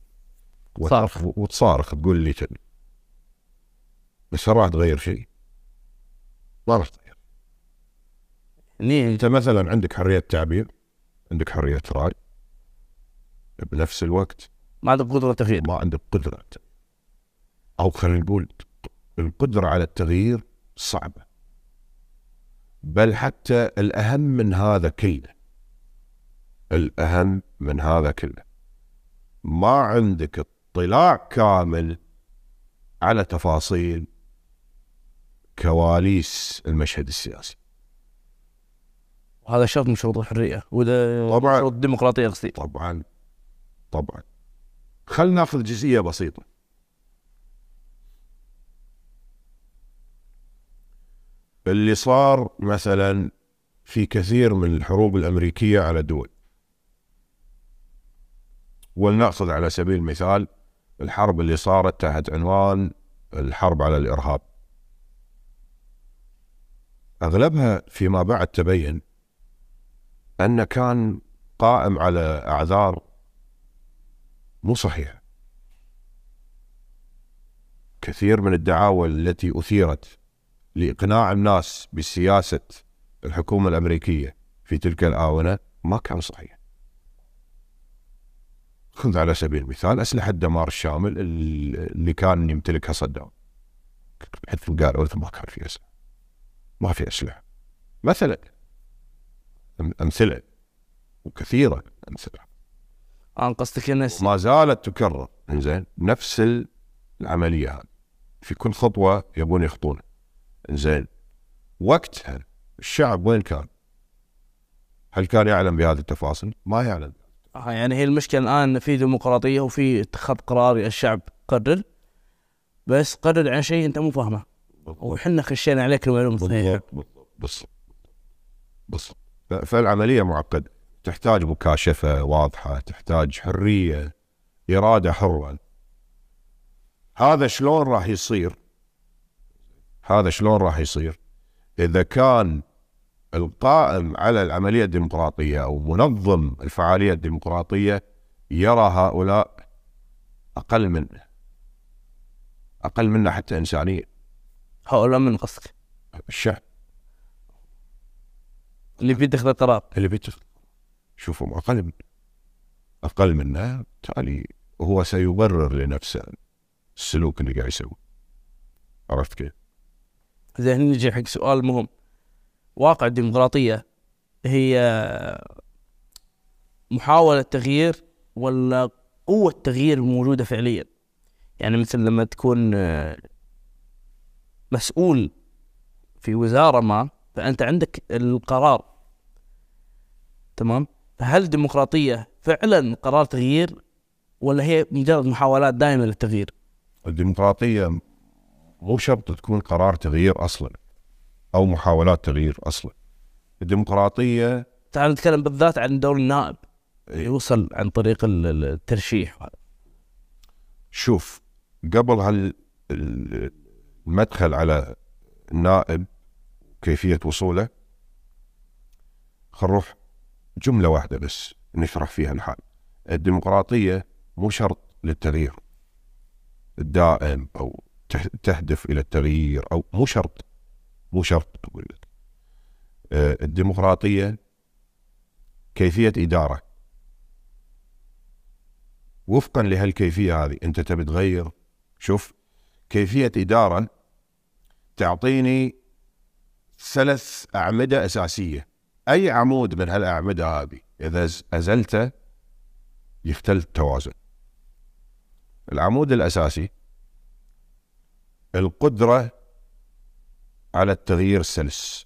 وتصارخ تقول لي تبي، بس راح تغير شيء؟ ما راح تغير. أنت مثلا عندك حرية تعبير، عندك حرية رأي، بنفس الوقت ما عندك قدرة تغيير. ما عندك قدرة، أو خلينا نقول القدرة على التغيير صعبة. بل حتى الأهم من هذا كله، ما عندك اطلاع كامل على تفاصيل كواليس المشهد السياسي. وهذا شرط من شروط الحرية، وده طبعا شروط الديمقراطية قصدي. طبعا طبعا. خلنا ناخذ جزئية بسيطة. اللي صار مثلا في كثير من الحروب الأمريكية على الدول، ولنأخذ على سبيل المثال الحرب اللي صارت تحت عنوان الحرب على الإرهاب، أغلبها فيما بعد تبين أن كان قائم على أعذار مو صحيحة. كثير من الدعاوى التي أثيرت لإقناع الناس بسياسة الحكومة الأمريكية في تلك الآونة ما كان صحيح. خذ على سبيل المثال أسلحة الدمار الشامل اللي كان يمتلكها صدام، حتى قالوا ما كان في أسلحة، ما في أسلحة مثلا. أمثلة وكثيرة أمثلة. قصدك الناس ما زالت تكرر. إنزين، نفس العملية هذه في كل خطوة يبون يخطونها. إنزين، وقتها الشعب وين كان؟ هل كان يعلم بهذه التفاصيل؟ ما يعلم. يعني هي المشكلة الآن إن في ديمقراطية وفي اتخاذ قرار، الشعب قرر، بس قرر عن شيء أنت مو فاهمه، وحنا خشينا عليك المعلومة الصحيحة. بالضبط. فالعملية معقدة، تحتاج مكاشفة واضحة، تحتاج حرية، إرادة حرة. هذا شلون راح يصير؟ إذا كان القائم على العملية الديمقراطية أو منظم الفعالية الديمقراطية يرى هؤلاء أقل منه حتى إنسانية. هؤلاء من قصدك؟ الشعب اللي بيتخذ القرار، شوفهم أقل منه، بالتالي هو سيبرر لنفسه السلوك اللي قاعد يسوي. عرفت كيف؟ زين، نجي حق سؤال مهم. واقع الديمقراطية هي محاولة تغيير ولا قوة تغيير موجودة فعليا؟ يعني مثل لما تكون مسؤول في وزارة ما، فأنت عندك القرار، تمام؟ فهل الديمقراطية فعلا قرار تغيير ولا هي مجرد محاولات دائمة للتغيير؟ الديمقراطية مو شرط تكون قرار تغيير أصلا أو محاولات تغيير أصلا. الديمقراطية، تعال نتكلم بالذات عن دور النائب يوصل عن طريق الترشيح. شوف، قبل المدخل على النائب كيفية وصوله، خل نروح جملة واحدة بس نشرح فيها الحال. الديمقراطية مو شرط للتغيير الدائم أو تهدف إلى التغيير، أو مو شرط أقول لك. الديمقراطية كيفية إدارة، وفقا لهالكيفية هذه أنت تبي تغير. شوف، كيفية إدارة تعطيني 3 أعمدة أساسية. أي عمود من هالأعمدة هذه إذا أزلته يختل التوازن. العمود الأساسي القدرة على التغيير السلس،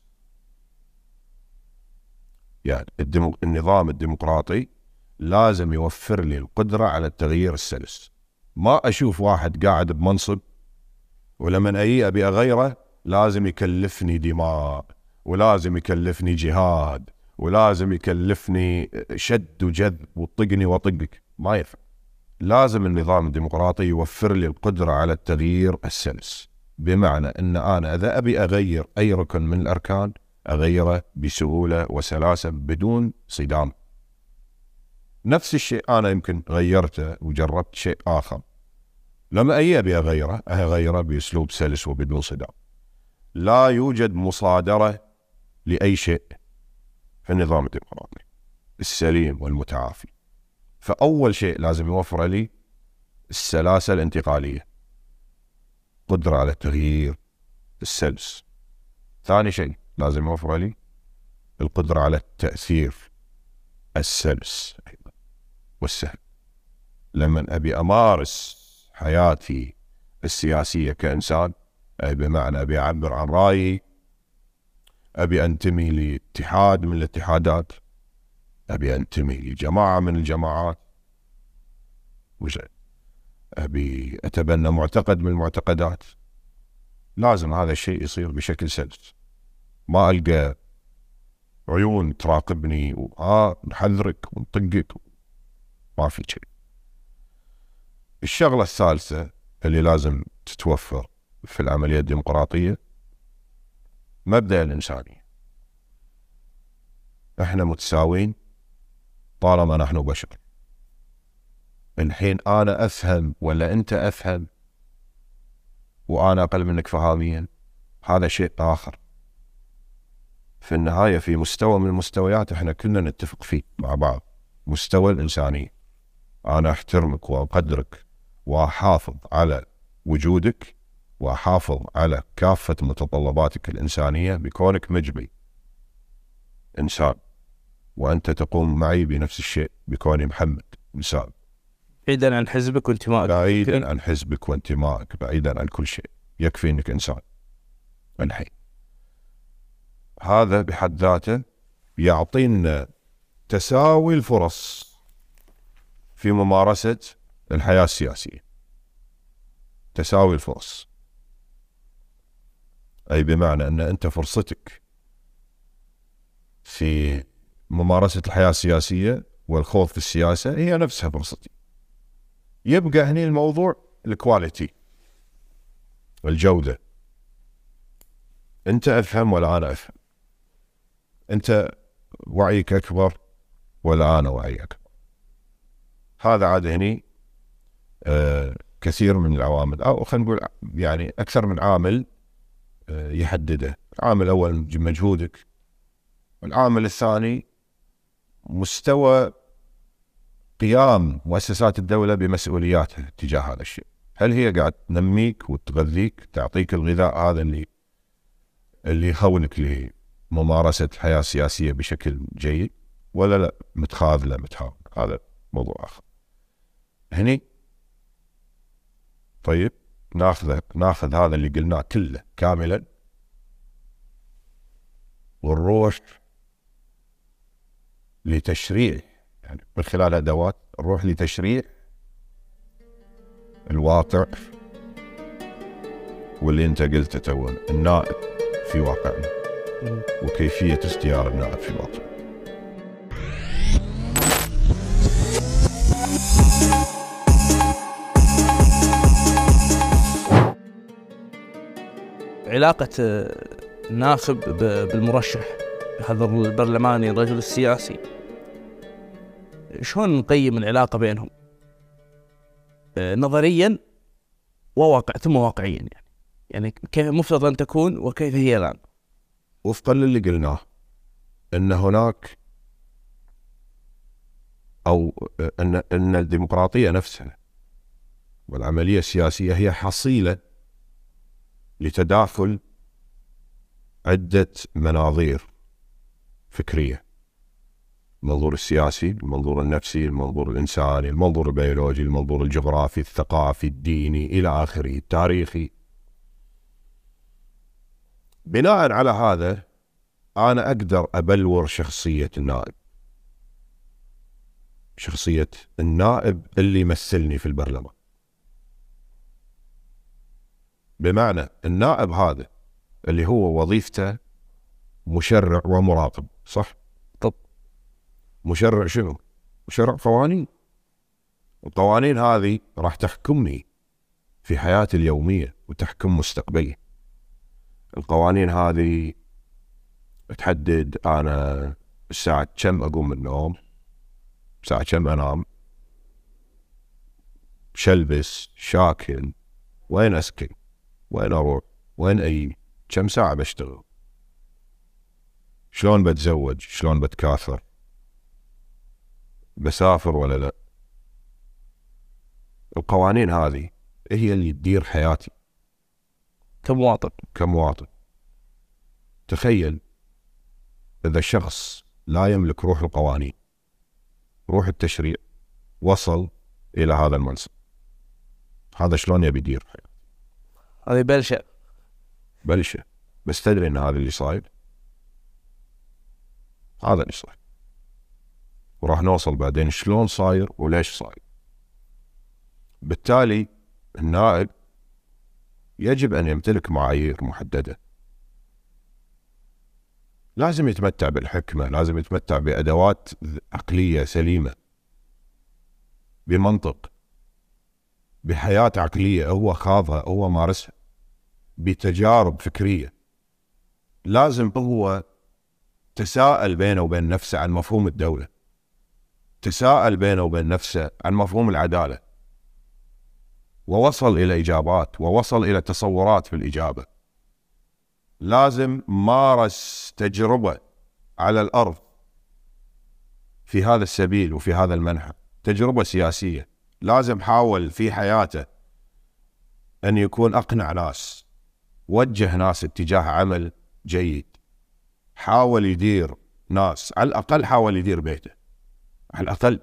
يعني النظام الديمقراطي لازم يوفر لي القدرة على التغيير السلس. ما أشوف واحد قاعد بمنصب ولما أبي أغيره لازم يكلفني دماء، ولازم يكلفني جهاد، ولازم يكلفني شد وجذب وطقني وطقك. ما ينفع. لازم النظام الديمقراطي يوفر لي القدرة على التغيير السلس، بمعنى أن أنا إذا أبي أغير أي ركن من الأركان أغيره بسهولة وسلاسة بدون صدام. نفس الشيء أنا يمكن غيرته وجربت شيء آخر، لما أبي أغيره بأسلوب سلس وبدون صدام. لا يوجد مصادرة لأي شيء في النظام الديمقراطي السليم والمتعافي. فأول شيء لازم يوفر لي السلاسة الانتقالية، قدرة على التغيير السلس. ثاني شيء لازم يوفر لي القدرة على التأثير السلس والسهل. لما أبي أمارس حياتي السياسية كإنسان أي بمعنى أبي أعبر عن رأيي، أبي أنتمي لاتحاد من الاتحادات، أبي أنتمي لجماعة من الجماعات، أبي أتبنى معتقد من المعتقدات. لازم هذا الشيء يصير بشكل سلس، ما ألقى عيون تراقبني نحذرك ونطقك، ما في شيء. الشغلة الثالثة اللي لازم تتوفر في العملية الديمقراطية مبدأ الإنسانية. احنا متساوين طالما نحن بشر. الحين أنا أفهم ولا أنت أفهم وأنا أقل منك فهاميا، هذا شيء آخر. في النهاية في مستوى من المستويات احنا كلنا نتفق فيه مع بعض، مستوى الإنسانية. أنا أحترمك وأقدرك وأحافظ على وجودك وأحافظ على كافة متطلباتك الإنسانية بكونك مجبي إنسان، وأنت تقوم معي بنفس الشيء بكوني محمد إنسان، بعيدا عن حزبك وانتمائك. بعيدا عن حزبك وانتمائك، بعيدا عن كل شيء، يكفي أنك إنسان. الحين هذا بحد ذاته يعطينا تساوي الفرص في ممارسة الحياة السياسية. تساوي الفرص أي بمعنى أن أنت فرصتك في ممارسة الحياة السياسية والخوض في السياسة هي نفسها فرصتي. يبقى هني الموضوع الكواليتي، الجودة. أنت أفهم ولا أنا أفهم؟ أنت وعيك أكبر ولا أنا وعي أكبر؟ هذا عاد هني كثير من العوامل، أو خلينا نقول يعني أكثر من عامل يحدده. العامل الأول مجهودك، والعامل الثاني مستوى قيام مؤسسات الدولة بمسؤولياتها تجاه هذا الشيء. هل هي قاعد تنميك وتغذيك، تعطيك الغذاء هذا اللي يخونك لممارسة الحياة السياسية بشكل جيد، ولا لا متخاذلة متهاون؟ هذا موضوع آخر. هني طيب ناخذ هذا اللي قلناه كله كاملا ونروح لتشريع، يعني من خلال أدوات نروح لتشريع الواقع واللي انت قلته تو، النائب في واقعنا وكيفية اختيار النائب في واقعنا. علاقة الناخب بالمرشح هذا البرلماني الرجل السياسي، شلون نقيم العلاقة بينهم نظريا وواقع ثم واقعيا؟ يعني كيف مفترض أن تكون وكيف هي الآن؟ وفقا للي قلناه أن هناك أو أن الديمقراطية نفسها والعملية السياسية هي حصيلة لتداخل عدة مناظير فكرية: المنظور السياسي، المنظور النفسي، المنظور الإنساني، المنظور البيولوجي، المنظور الجغرافي، الثقافي، الديني، إلى آخره، التاريخي. بناء على هذا أنا أقدر أبلور شخصية النائب، شخصية النائب اللي يمثلني في البرلمان. بمعنى النائب هذا اللي هو وظيفته مشرع ومراقب، صح؟ طب مشرع شنو؟ مشرع قوانين. القوانين هذه راح تحكمني في حياتي اليومية وتحكم مستقبلي. القوانين هذه تحدد أنا الساعة كم أقوم من النوم، الساعة كم أنام، شلبس، شاكل، وين أسكن، وين أروح، وين أي، كم ساعة بشتغل، شلون بتزوج، شلون بتكاثر، بسافر ولا لا. القوانين هذه هي اللي تدير حياتي كمواطن. تخيل إذا الشخص لا يملك روح القوانين، روح التشريع، وصل إلى هذا المنصب، هذا شلون يبي يدير حياته؟ هذه بلشة بلشه، بس تدري ان هذا اللي صاير، هذا اللي صاير، وراح نوصل بعدين شلون صاير وليش صاير. بالتالي النائب يجب ان يمتلك معايير محدده، لازم يتمتع بالحكمه، لازم يتمتع بادوات عقليه سليمه، بمنطق، بحياه عقليه هو خاضها، هو مارسها، بتجارب فكريه. لازم هو تساءل بينه وبين نفسه عن مفهوم الدوله، تساءل بينه وبين نفسه عن مفهوم العداله، ووصل الى اجابات، ووصل الى تصورات في الاجابه. لازم مارس تجربه على الارض في هذا السبيل وفي هذا المنحى، تجربه سياسيه. لازم حاول في حياته ان يكون اقنع ناس، وجه ناس اتجاه عمل جيد، حاول يدير ناس، على الاقل حاول يدير بيته، على الاقل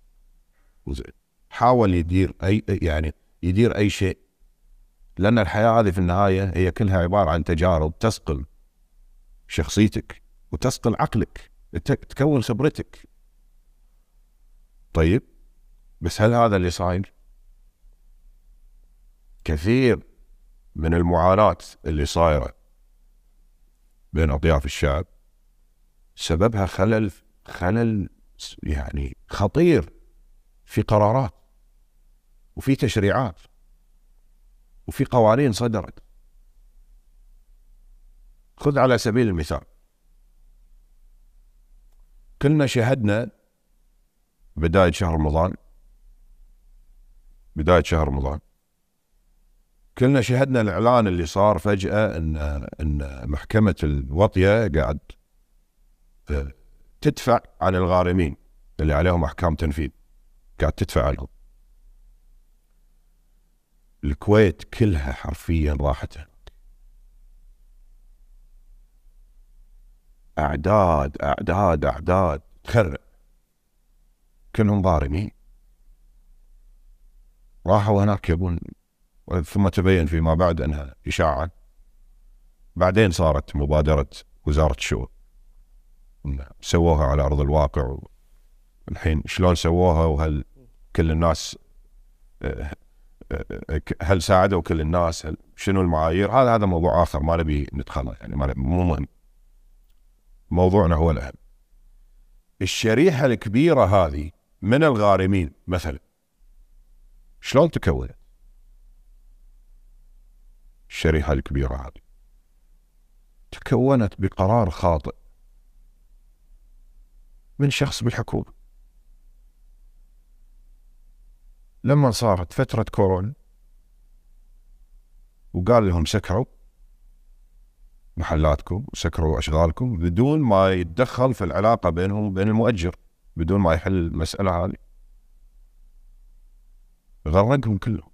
حاول يدير يدير اي شيء، لان الحياه هذه في النهايه هي كلها عباره عن تجارب تسقل شخصيتك وتسقل عقلك، تكون خبرتك. طيب بس هل هذا اللي صاير؟ كثير من المعاناة اللي صايرة بين أطياف الشعب سببها خلل يعني خطير في قرارات وفي تشريعات وفي قوانين صدرت. خذ على سبيل المثال، كلنا شهدنا بداية شهر رمضان كلنا شهدنا الإعلان اللي صار فجأة إن محكمة الوطية قاعد تدفع عن الغارمين اللي عليهم أحكام تنفيذ، قاعد تدفع عنهم. الكويت كلها حرفيا راحت، أعداد تخرع، كلهم غارمين راحوا هناك يبون، ثم تبين فيما بعد أنها إشاعة. بعدين صارت مبادرة وزارة الشؤون، سووها على أرض الواقع. الحين شلون سووها، وهل كل الناس، هل ساعدوا كل الناس، شنو المعايير؟ هذا موضوع آخر ما نبي ندخله، يعني مو مهم. موضوعنا هو الأهم. الشريحة الكبيرة هذه من الغارمين مثلا شلون تكونت؟ الشريحة الكبيرة هذه تكونت بقرار خاطئ من شخص بالحكومة. لما صارت فترة كورونا وقال لهم سكروا محلاتكم وسكروا أشغالكم بدون ما يتدخل في العلاقة بينهم وبين المؤجر، بدون ما يحل المسألة هذه، غرقهم كلهم.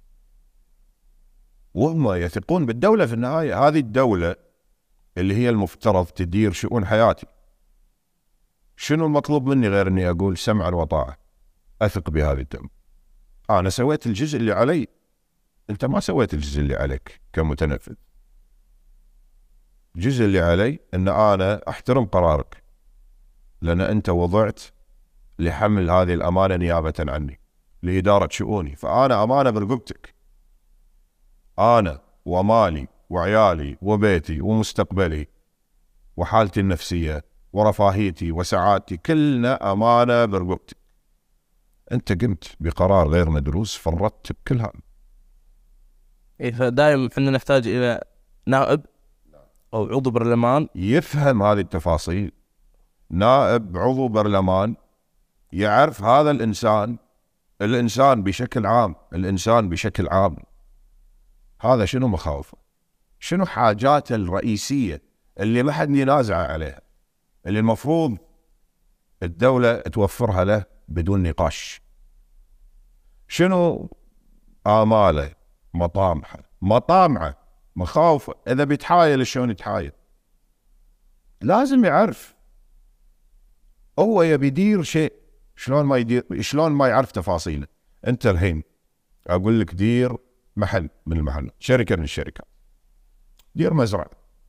وهم يثقون بالدولة في النهاية، هذه الدولة اللي هي المفترض تدير شؤون حياتي. شنو المطلوب مني غير اني اقول سمعا وطاعة، اثق بهذه الدولة. انا سويت الجزء اللي علي، انت ما سويت الجزء اللي عليك كمتنفذ. الجزء اللي علي ان انا احترم قرارك، لان انت وضعت لحمل هذه الامانة نيابة عني لإدارة شؤوني، فانا امانة برقبتك، انا ومالي وعيالي وبيتي ومستقبلي وحالتي النفسية ورفاهيتي وسعادتي كلنا أمانة برقبتك. أنت قمت بقرار غير مدروس، فرطت بكل هذا. فدائما احنا نحتاج إلى نائب أو عضو برلمان يفهم هذه التفاصيل، نائب عضو برلمان يعرف هذا الإنسان بشكل عام هذا شنو مخاوفه، شنو حاجاته الرئيسية اللي ما حد ينازع عليها، اللي المفروض الدولة توفرها له بدون نقاش. شنو آماله، مطامعه، مخاوفه، إذا بيتحايل شلون يتحايل. لازم يعرف هو يبي يدير شيء شلون ما يدير، شلون ما يعرف تفاصيله. أنت الحين أقول لك دير محل من المحلات، شركة من الشركات، دير مزرعة.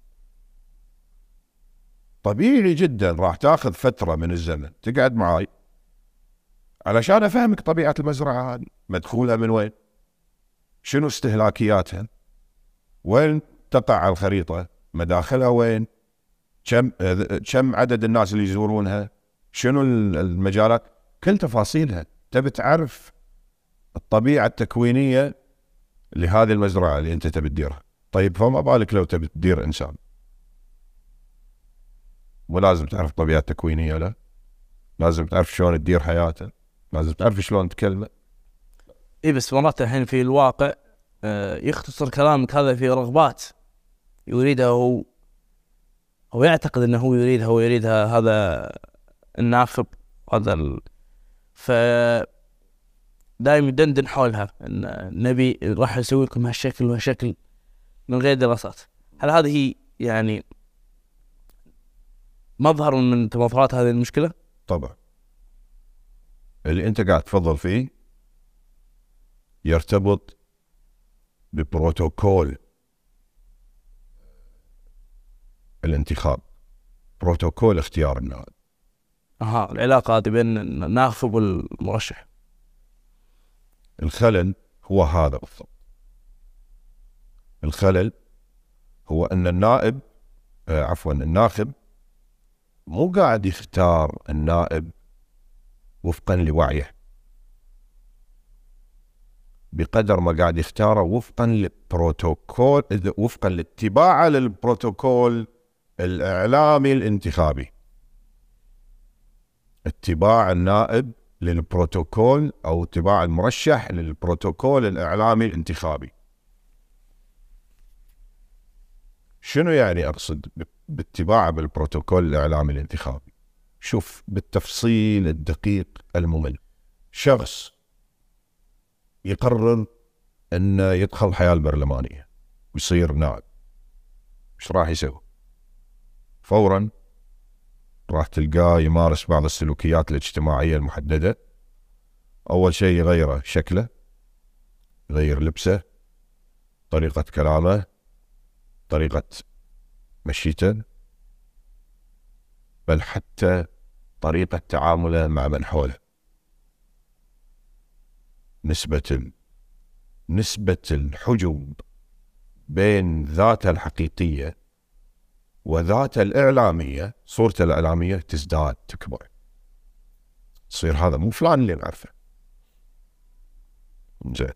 طبيعي جدا راح تاخذ فترة من الزمن تقعد معاي علشان أفهمك طبيعة المزرعة هذه، مدخولها من وين، شنو استهلاكياتها، وين تقع على الخريطة، مداخلها وين، كم عدد الناس اللي يزورونها، شنو المجالات، كل تفاصيلها. تبي تعرف الطبيعة التكوينية لهذه المزرعة اللي أنت تبي تديرها. طيب فما بالك لو تبي تدير إنسان، مو لازم تعرف طبيعة تكوينية؟ لا، لازم تعرف شلون تدير حياته، لازم تعرف شلون تكلمه. اي بس مرات الحين في الواقع يختصر كلامك هذا في رغبات يريدها هو، أو يعتقد أنه هو يريدها ويريدها هذا الناخب، هذا دائما يدندن حولها إن نبي راح يسوي لكم هالشكل وهالشكل من غير دراسات. هل هذه يعني مظهر من تمظهرات هذه المشكلة؟ طبعا اللي أنت قاعد تفضل فيه يرتبط ببروتوكول الانتخاب، بروتوكول اختيار النائب. العلاقة هذه بين الناخب والمرشح. الخلل هو هذا بالضبط. الخلل هو أن النائب الناخب مو قاعد يختار النائب وفقا لوعيه، بقدر ما قاعد يختاره وفقا للبروتوكول، وفقا لاتباعه للبروتوكول الإعلامي الانتخابي. اتباع النائب للبروتوكول أو اتباع المرشح للبروتوكول الإعلامي الانتخابي. شنو يعني أقصد باتباعه بالبروتوكول الإعلامي الانتخابي؟ شوف بالتفصيل الدقيق الممل. شخص يقرر أن يدخل الحياة البرلمانية ويصير نائب، إيش راح يسوي؟ فورا راح تلقاه يمارس بعض السلوكيات الاجتماعية المحددة. أول شيء يغير شكله، يغير لبسه، طريقة كلامه، طريقة مشيته، بل حتى طريقة تعامله مع من حوله. نسبة الحجب بين ذاته الحقيقية وذاته الإعلامية، صورته الإعلامية تزداد، تكبر، تصير هذا مو فلان اللي نعرفه. زين،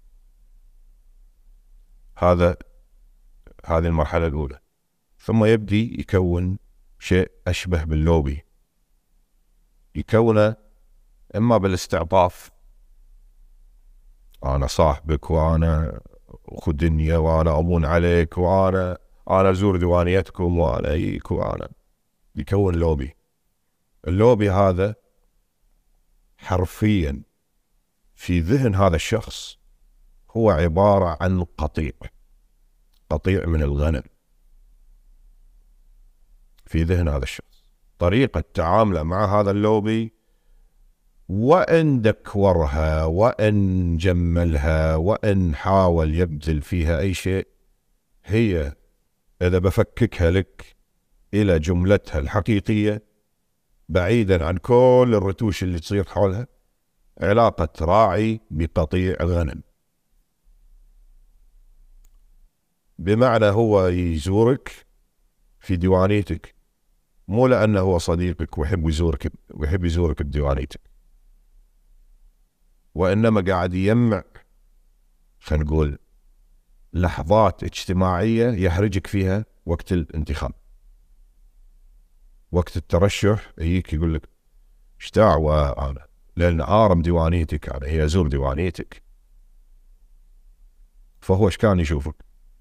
هذه المرحلة الأولى. ثم يبدي يكون شيء أشبه باللوبي، يكونه إما بالاستعطاف، أنا صاحبك وأنا أخو دنيا وأنا أمون عليك وأنا أزور ديوانيتكم وأنا أجيك وأنا، يكون لوبي. اللوبي هذا حرفيا في ذهن هذا الشخص هو عبارة عن قطيع من الغنم في ذهن هذا الشخص. طريقة تعامله مع هذا اللوبي، وإن دكورها وإن جملها وإن حاول يبذل فيها أي شيء، هي إذا بفككها لك إلى جملتها الحقيقية بعيدا عن كل الرتوش اللي تصير حولها، علاقة راعي بقطيع غنم. بمعنى هو يزورك في ديوانيتك مو لأنه هو صديقك ويحب يزورك بديوانيتك، وإنما قاعد يجمع، خلينا نقول، لحظات اجتماعية يحرجك فيها وقت الانتخاب، وقت الترشح. يجيك يقول لك ايش دعوة أنا لأن آرم ديوانيتك، أنا هي أزور ديوانيتك. فهو ايش كان يشوفك؟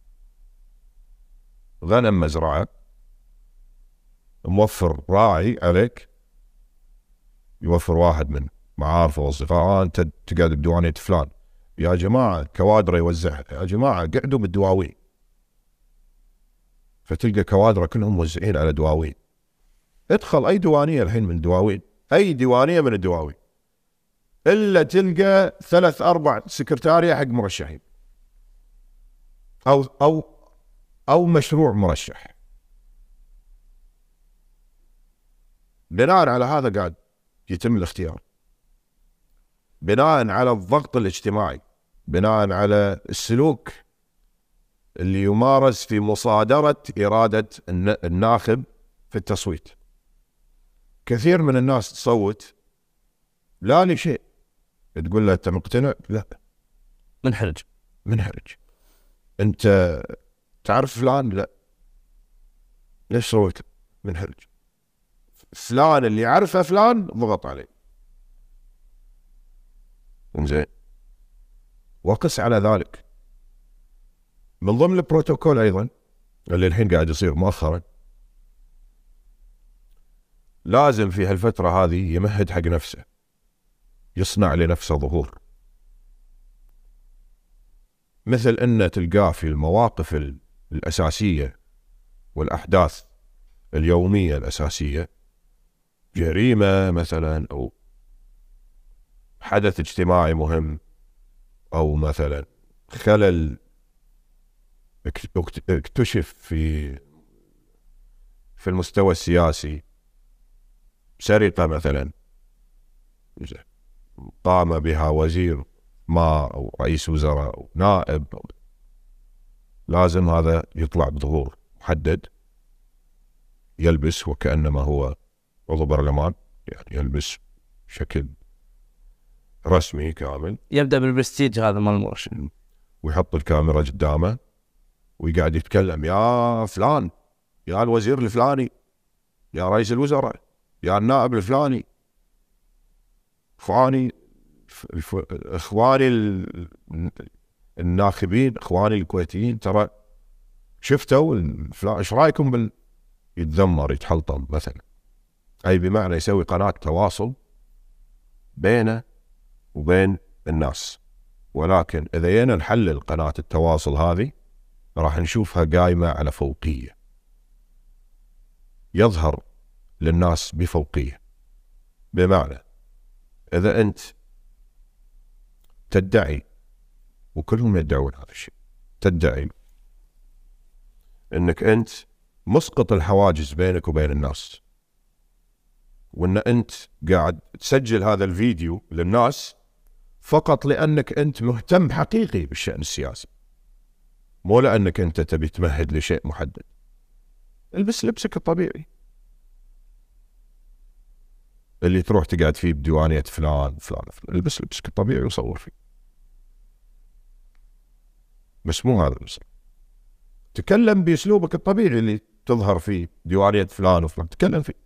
غنم مزرعة، موفر راعي عليك، يوفر واحد من معارفه واصدقائه، انت تقعد بديوانية فلان، يا جماعة كوادر يوزعها، يا جماعة قعدوا بالدواوين، فتلقى كوادر كلهم موزعين على دواوين. ادخل اي ديوانية الحين من الدواوين، اي ديوانية من الدواوين، الا تلقى 3-4 سكرتارية حق مرشحين، او أو مشروع مرشح. بناء على هذا قاعد يتم الاختيار، بناء على الضغط الاجتماعي، بناء على السلوك اللي يمارس في مصادرة إرادة الناخب في التصويت. كثير من الناس تصوت لا لشيء، تقول له أنت مقتنع؟ لا، منحرج. أنت تعرف فلان؟ لا. ليش صوت؟ منحرج. فلان اللي يعرفه فلان ضغط عليه. إنزين، وقس على ذلك من ضمن البروتوكول أيضا اللي الحين قاعد يصير مؤخرا، لازم في هالفترة هذه يمهد حق نفسه، يصنع لنفسه ظهور، مثل أن تلقاه في المواقف الأساسية والأحداث اليومية الأساسية، جريمة مثلا أو حدث اجتماعي مهم، أو مثلا خلل اكتشف في المستوى السياسي، سرقة مثلا قام بها وزير ما أو رئيس وزراء أو نائب، لازم هذا يطلع بظهور محدد، يلبس وكأنما هو عضو برلمان، يعني يلبس بشكل رسمي كامل، يبدأ بالبرستيج هذا مال المرشح، ويحط الكاميرا قدامه ويقعد يتكلم: يا فلان، يا الوزير الفلاني، يا رئيس الوزراء، يا النائب الفلاني، اخواني الناخبين، اخواني الكويتيين، ترى شفتوا فلان، ايش رايكم يتذمر يتحلطم مثلا، اي بمعنى يسوي قناة تواصل بينه وبين الناس. ولكن اذا جينا نحلل قناة التواصل هذه راح نشوفها قايمة على فوقية، يظهر للناس بفوقية. بمعنى إذا أنت تدعي، وكلهم يدعون هذا الشيء، تدعي أنك أنت مسقط الحواجز بينك وبين الناس، وأن أنت قاعد تسجل هذا الفيديو للناس فقط لأنك أنت مهتم حقيقي بالشأن السياسي، مو لأنك أنت تبي تمهد لشيء محدد. البس لبسك الطبيعي اللي تروح تقعد فيه بديوانية فلان. البس لبسك الطبيعي وصور فيه، بس مو هذا اللي صار. تكلم بأسلوبك الطبيعي اللي تظهر فيه ديوانية فلان وفلان، تكلم فيه،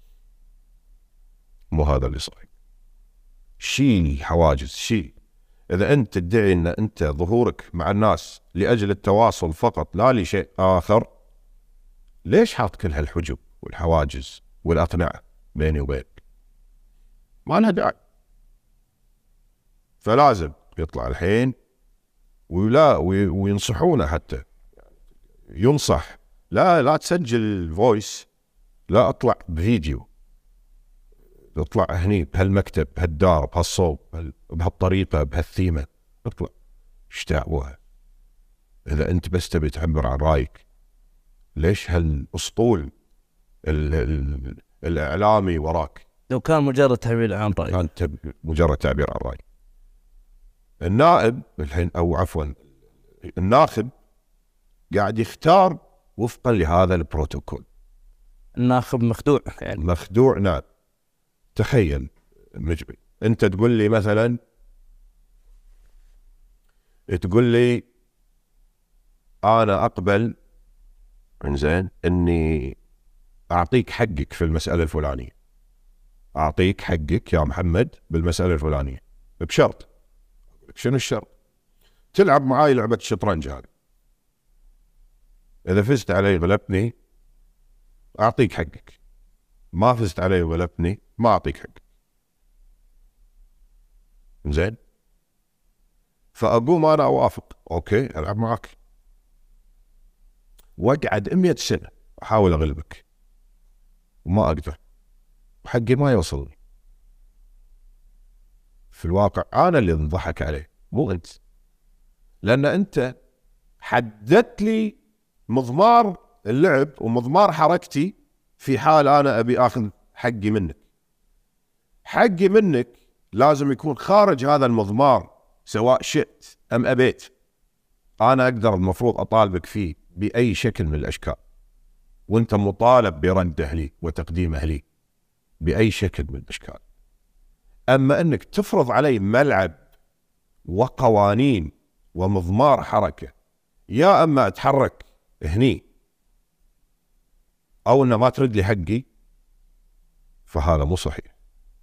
مو هذا اللي صار. شيل حواجز، شيل. إذا أنت تدعي أن أنت ظهورك مع الناس لأجل التواصل فقط لا لشيء آخر، ليش حاط كل هالحجب والحواجز والأقنعة بيني وبينك؟ ما لها داعي. فلازم يطلع الحين وينصحونه، حتى ينصح: لا تسجل فويس، لا اطلع بفيديو، اطلع هني بهالمكتب، بهالدار، بهالصوب، بهالطريقة، بهالثيمة، اطلع. ايش دعوة؟ اذا انت بس تبي تعبر عن رايك، ليش هالاسطول الاعلامي وراك؟ لو كان مجرد تعبير عن رأي، كان مجرد تعبير عن رأي. النائب الحين، او عفوا الناخب، قاعد يختار وفقا لهذا البروتوكول. الناخب مخدوع، يعني مخدوع. نعم. تخيل مجبي، انت تقول لي مثلا، تقول لي انا اقبل، انزين، اني اعطيك حقك في المسألة الفلانية، اعطيك حقك يا محمد بالمسألة الفلانية، بشرط. شنو الشرط؟ تلعب معاي لعبة الشطرنج هذه، اذا فزت علي غلبتني اعطيك حقك، ما فزت علي وغلبتني ما اعطيك حقك. زين، فاقوم انا اوافق، اوكي العب معك، واقعد 100 سنة احاول اغلبك وما اقدر، وحقي ما يوصلني. في الواقع انا اللي انضحك عليه، مو انت، لان انت حددت لي مضمار اللعب ومضمار حركتي في حال أنا أبي أخذ حقي منك. حقي منك لازم يكون خارج هذا المضمار سواء شئت أم أبيت. أنا أقدر المفروض أطالبك فيه بأي شكل من الأشكال، وأنت مطالب برده لي وتقديمه لي بأي شكل من الأشكال. أما أنك تفرض علي ملعب وقوانين ومضمار حركة، يا أما أتحرك هني أو أنه ما ترد لي حقي، فهذا مو صحيح.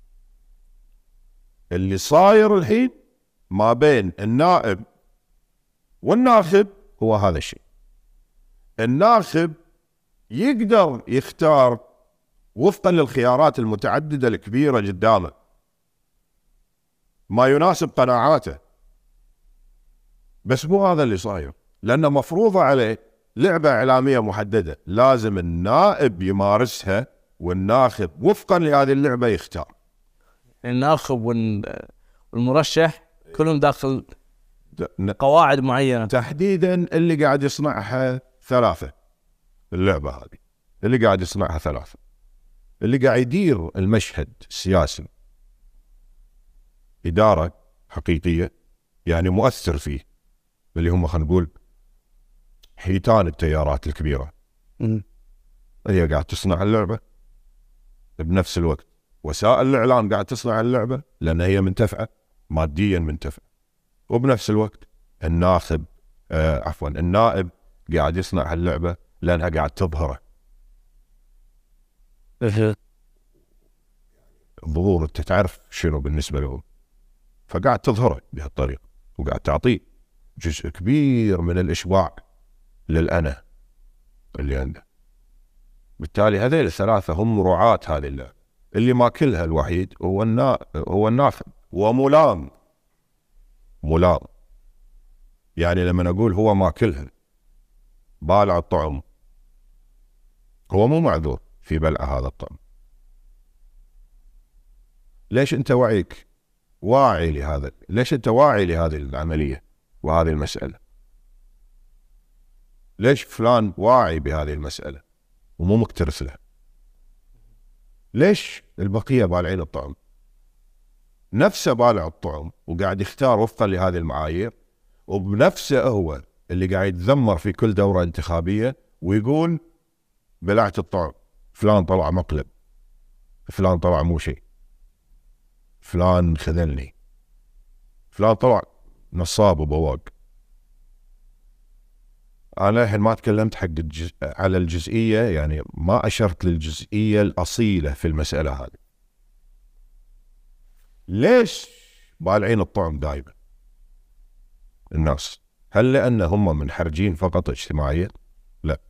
اللي صاير الحين ما بين النائب والناخب هو هذا الشيء. الناخب يقدر يختار وفقا للخيارات المتعددة الكبيرة قدامه ما يناسب قناعاته، بس مو هذا اللي صاير، لأنه مفروضة عليه لعبة إعلامية محددة لازم النائب يمارسها، والناخب وفقا لهذه اللعبة يختار. الناخب والمرشح كلهم داخل قواعد معينة. تحديدا اللي قاعد يصنعها ثلاثة، اللعبة هذه اللي قاعد يصنعها ثلاثة، اللي قاعد يدير المشهد السياسي إدارة حقيقية، يعني مؤثر فيه، اللي هم خلينا نقول حيتان التيارات الكبيرة. هي قاعد تصنع اللعبة، بنفس الوقت وسائل الإعلام قاعد تصنع اللعبة لأن هي منتفعة ماديا منتفعة، وبنفس الوقت الناخب النائب قاعد يصنع اللعبة لأنها قاعد تظهره. الظهور أنت تعرف شنو بالنسبة له، فقاعد تظهره بهالطريقة وقاعد تعطيه جزء كبير من الإشباع للأنا اللي عنده. بالتالي هذيل الثلاثة هم رعاة هذه اللعبة، اللي ماكلها الوحيد هو الناخب، وملام يعني لما أقول هو ماكلها بالع الطعم، هو مو معذور في بلع هذا الطعم. ليش أنت واعي لهذا؟ ليش أنت واعي لهذه العملية وهذه المسألة؟ ليش فلان واعي بهذه المسألة ومو مكترث لها؟ ليش البقية بالعين الطعم؟ نفسه بالع الطعم وقاعد يختار وفقا لهذه المعايير، وبنفسه هو اللي قاعد يتذمر في كل دورة انتخابية ويقول بلعت الطعم، فلان طلع مقلب، فلان طلع مو شيء، فلان خذلني، فلان طلع نصاب وبواق. أنا الحين ما تكلمت حق على الجزئية، يعني ما أشرت للجزئية الأصيلة في المسألة هذه. ليش بالعين الطعم دائما الناس؟ هل لأن هم منحرجين فقط اجتماعيا؟ لا،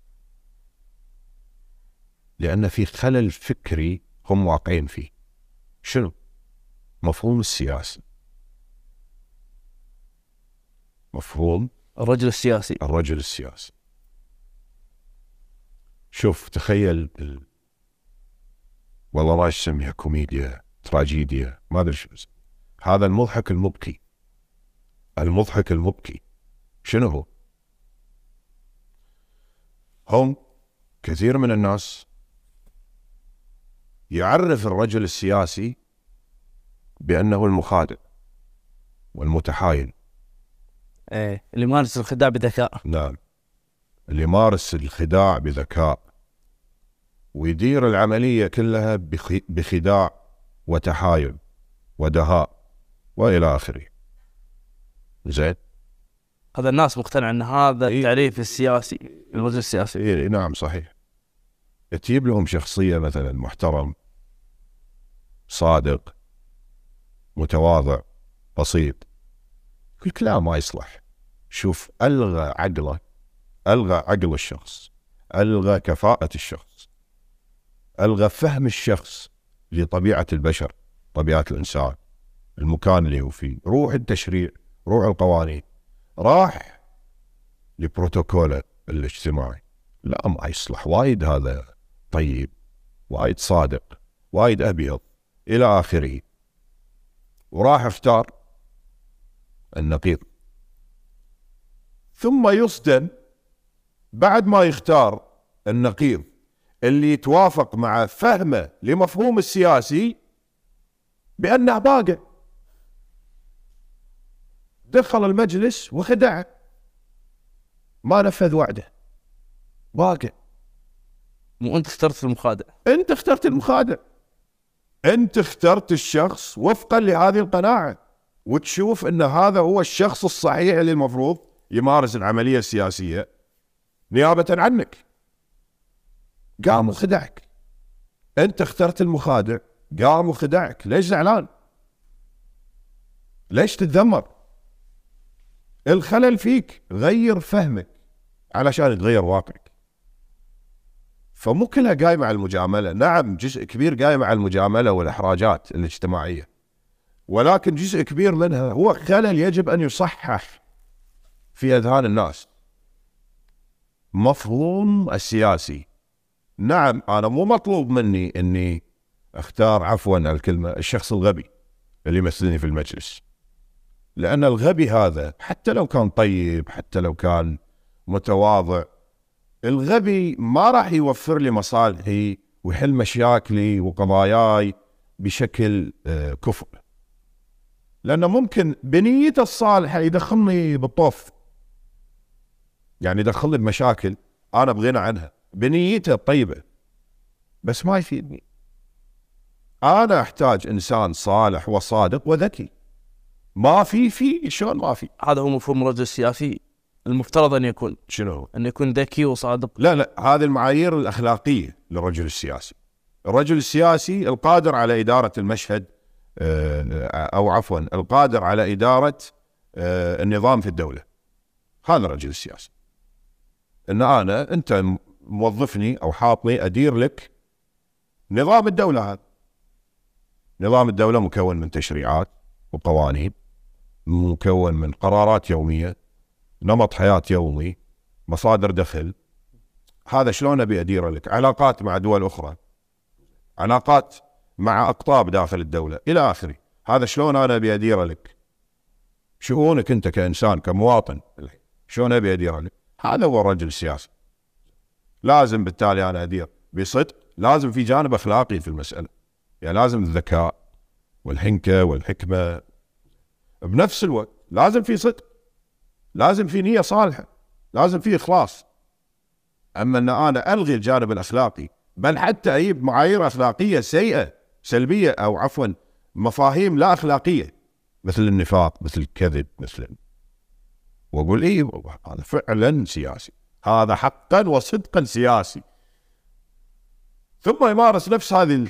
لأن في خلل فكري هم واقعين فيه. شنو؟ مفهوم السياسة، مفهوم الرجل السياسي. شوف تخيل والله ما اسميها كوميديا، تراجيديا، ما ادري شو هذا المضحك المبكي. شنو هو؟ هم كثير من الناس يعرف الرجل السياسي بأنه المخادع والمتحايل. اللي يمارس الخداع بذكاء. نعم، اللي يمارس الخداع بذكاء ويدير العملية كلها بخداع وتحايل ودهاء وإلى آخره. زين، هذا الناس مقتنع أن هذا التعريف السياسي، الرجل السياسي. نعم صحيح. تجيب لهم شخصية مثلا محترم، صادق، متواضع، بسيط، كل كلام ما يصلح. شوف، ألغى عقل الشخص، ألغى كفاءة الشخص، ألغى فهم الشخص لطبيعة البشر، طبيعة الإنسان، المكان اللي هو فيه، روح التشريع، روح القوانين، راح لبروتوكوله الاجتماعي. لا، ما يصلح، وايد هذا طيب، وايد صادق، وايد أبيض إلى آخره، وراح اختار النقيض. ثم يصدم بعد ما يختار النقيض اللي يتوافق مع فهمه لمفهوم السياسي بأنه باقع، دخل المجلس وخدعه، ما نفذ وعده، باقع. مو أنت اخترت المخادع، أنت اخترت المخادع، أنت اخترت الشخص وفقا لهذه القناعة، وتشوف أن هذا هو الشخص الصحيح اللي المفروض يمارس العملية السياسية نيابة عنك. قام وخدعك. أنت اخترت المخادع، قام وخدعك. ليش زعلان؟ ليش تتذمر؟ الخلل فيك، غير فهمك علشان تغير واقعك. فمو كلها قايمة على المجاملة، نعم جزء كبير قايمة على المجاملة والإحراجات الاجتماعية، ولكن جزء كبير منها هو خلل يجب أن يصحح في أذهان الناس. مفهوم السياسي، نعم أنا مو مطلوب مني أني أختار، عفوا الكلمة، الشخص الغبي اللي يمثلني في المجلس، لأن الغبي هذا حتى لو كان طيب، حتى لو كان متواضع، الغبي ما راح يوفر لي مصالحي ويحل مشاكلي وقضاياي بشكل كفء، لأنه ممكن بنيته الصالحة يدخلني بالطوف، يعني يدخلني بمشاكل أنا بغنى عنها، بنيته الطيبة، بس ما يفيدني. أنا أحتاج إنسان صالح وصادق وذكي. ما في شلون ما في؟ هذا هو مفهوم الرجل السياسي المفترض أن يكون. شنو؟ أن يكون ذكي وصادق. لا هذه المعايير الأخلاقية للرجل السياسي. الرجل السياسي القادر على إدارة المشهد، أو عفوا القادر على إدارة النظام في الدولة، هذا الرجل السياسي. إن أنت موظفني أو حاطني أدير لك نظام الدولة. هذا نظام الدولة مكون من تشريعات وقوانين، مكون من قرارات يومية، نمط حياة يومي، مصادر دخل. هذا شلون أبي أديره لك؟ علاقات مع دول أخرى، علاقات مع أقطاب داخل الدولة إلى آخره. هذا شلون أنا أبي أديره لك؟ شؤونك أنت كإنسان كمواطن شلون أبي أديره لك؟ هذا هو الرجل السياسي. لازم بالتالي أنا أدير بصدق، لازم في جانب أخلاقي في المسألة، يعني لازم الذكاء والحنكة والحكمة، بنفس الوقت لازم في صدق، لازم في نية صالحة، لازم في إخلاص. أما أن أنا ألغي الجانب الأخلاقي، بل حتى أجيب معايير أخلاقية سيئة سلبية، أو عفوا مفاهيم لا أخلاقية، مثل النفاق، مثل الكذب، مثل، وأقول إيه هذا فعلا سياسي، هذا حقا وصدقا سياسي، ثم يمارس نفس هذه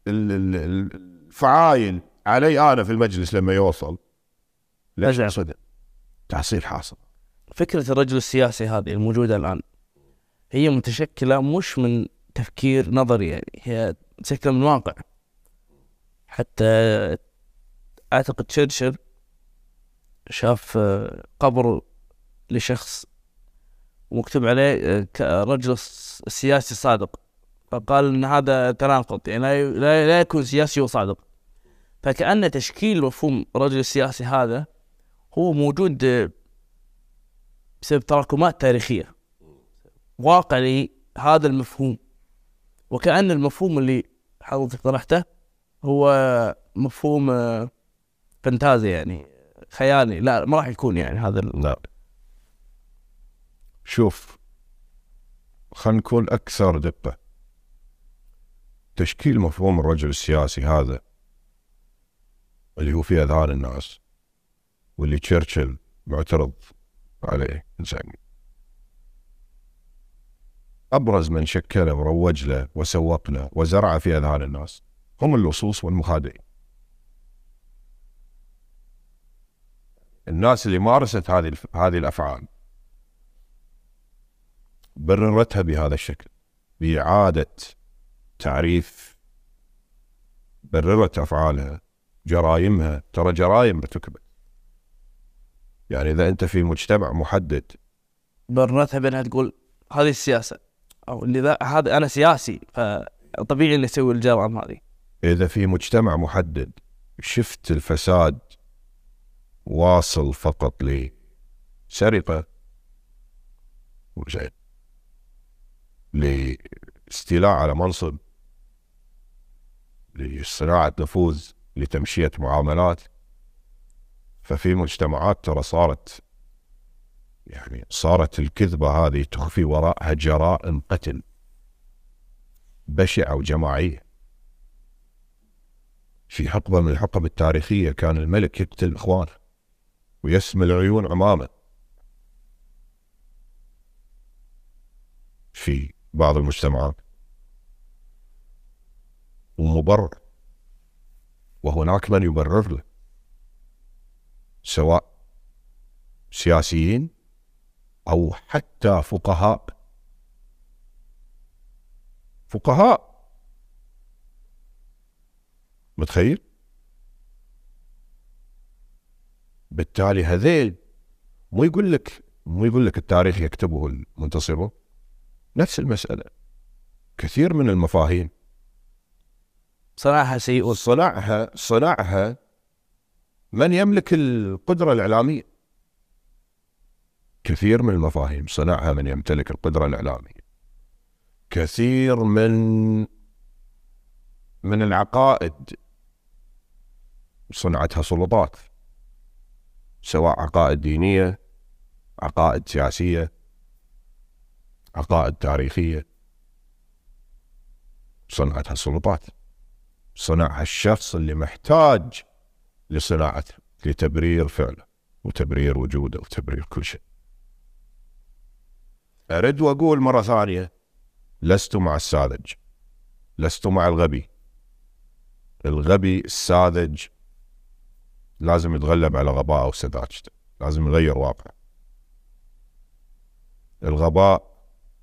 الفعايل علي أنا في المجلس لما يوصل. ليش صدق؟ تحصيل حاصل. فكرة الرجل السياسي هذه الموجودة الآن هي متشكلة مش من تفكير نظري، يعني هي متشكلة من واقع. حتى أعتقد تشرشل شاف قبر لشخص ومكتوب عليه رجل السياسي صادق، فقال إن هذا تناقض، يعني لا يكون سياسي وصادق. فكأن تشكيل مفهوم الرجل السياسي هذا هو موجود بسبب تراكمات تاريخية واقع لهذا المفهوم، وكأن المفهوم اللي حضرتك طرحته هو مفهوم فانتازي، يعني خيالي. لا، ما راح يكون يعني هذا لا. شوف، خلينا نكون أكثر دقة. تشكيل مفهوم الرجل السياسي هذا اللي هو في أذهان الناس، واللي تشرشل معترض عليه، إنسان أبرز من شكله وروج له وسوق له وزرعه في أذهان الناس هم اللصوص والمخادعين. الناس اللي مارست هذه الأفعال بررتها بهذا الشكل، بإعادة تعريف، بررت أفعالها، جرائمها. ترى جرائم ارتكبت، يعني إذا أنت في مجتمع محدد بررتها بأنها تقول هذه السياسة، أو اللي هذا أنا سياسي فطبيعي إني أسوي الجرائم هذه. إذا في مجتمع محدد شفت الفساد واصل فقط لسرقة وزين، لاستيلاء على منصب، لصناعة نفوذ، لتمشية معاملات. ففي مجتمعات ترى صارت الكذبة هذه تخفي وراءها جرائم قتل بشعة وجماعية. في حقبة من الحقب التاريخية كان الملك يقتل إخوانه ويسمي العيون أمامه في بعض المجتمعات، ومبرر، وهناك من يبرر له، سواء سياسيين أو حتى فقهاء. متخيل؟ بالتالي هذيل مو يقول لك التاريخ يكتبه المنتصرون. نفس المسألة، كثير من المفاهيم صنعها سيئون، صنعها من يملك القدرة الإعلامية. كثير من المفاهيم صنعها من يمتلك القدرة الإعلامية. كثير من العقائد صنعتها سلطات، سواء عقائد دينية، عقائد سياسية، عقائد تاريخية، صنعتها السلطات، صنعها الشخص اللي محتاج لصناعته لتبرير فعله وتبرير وجوده وتبرير كل شيء. أرد وأقول مرة ثانية، لست مع الساذج، لست مع الغبي. الغبي الساذج لازم يتغلب على غباءه وسذاجته، لازم يغير واقعه. الغباء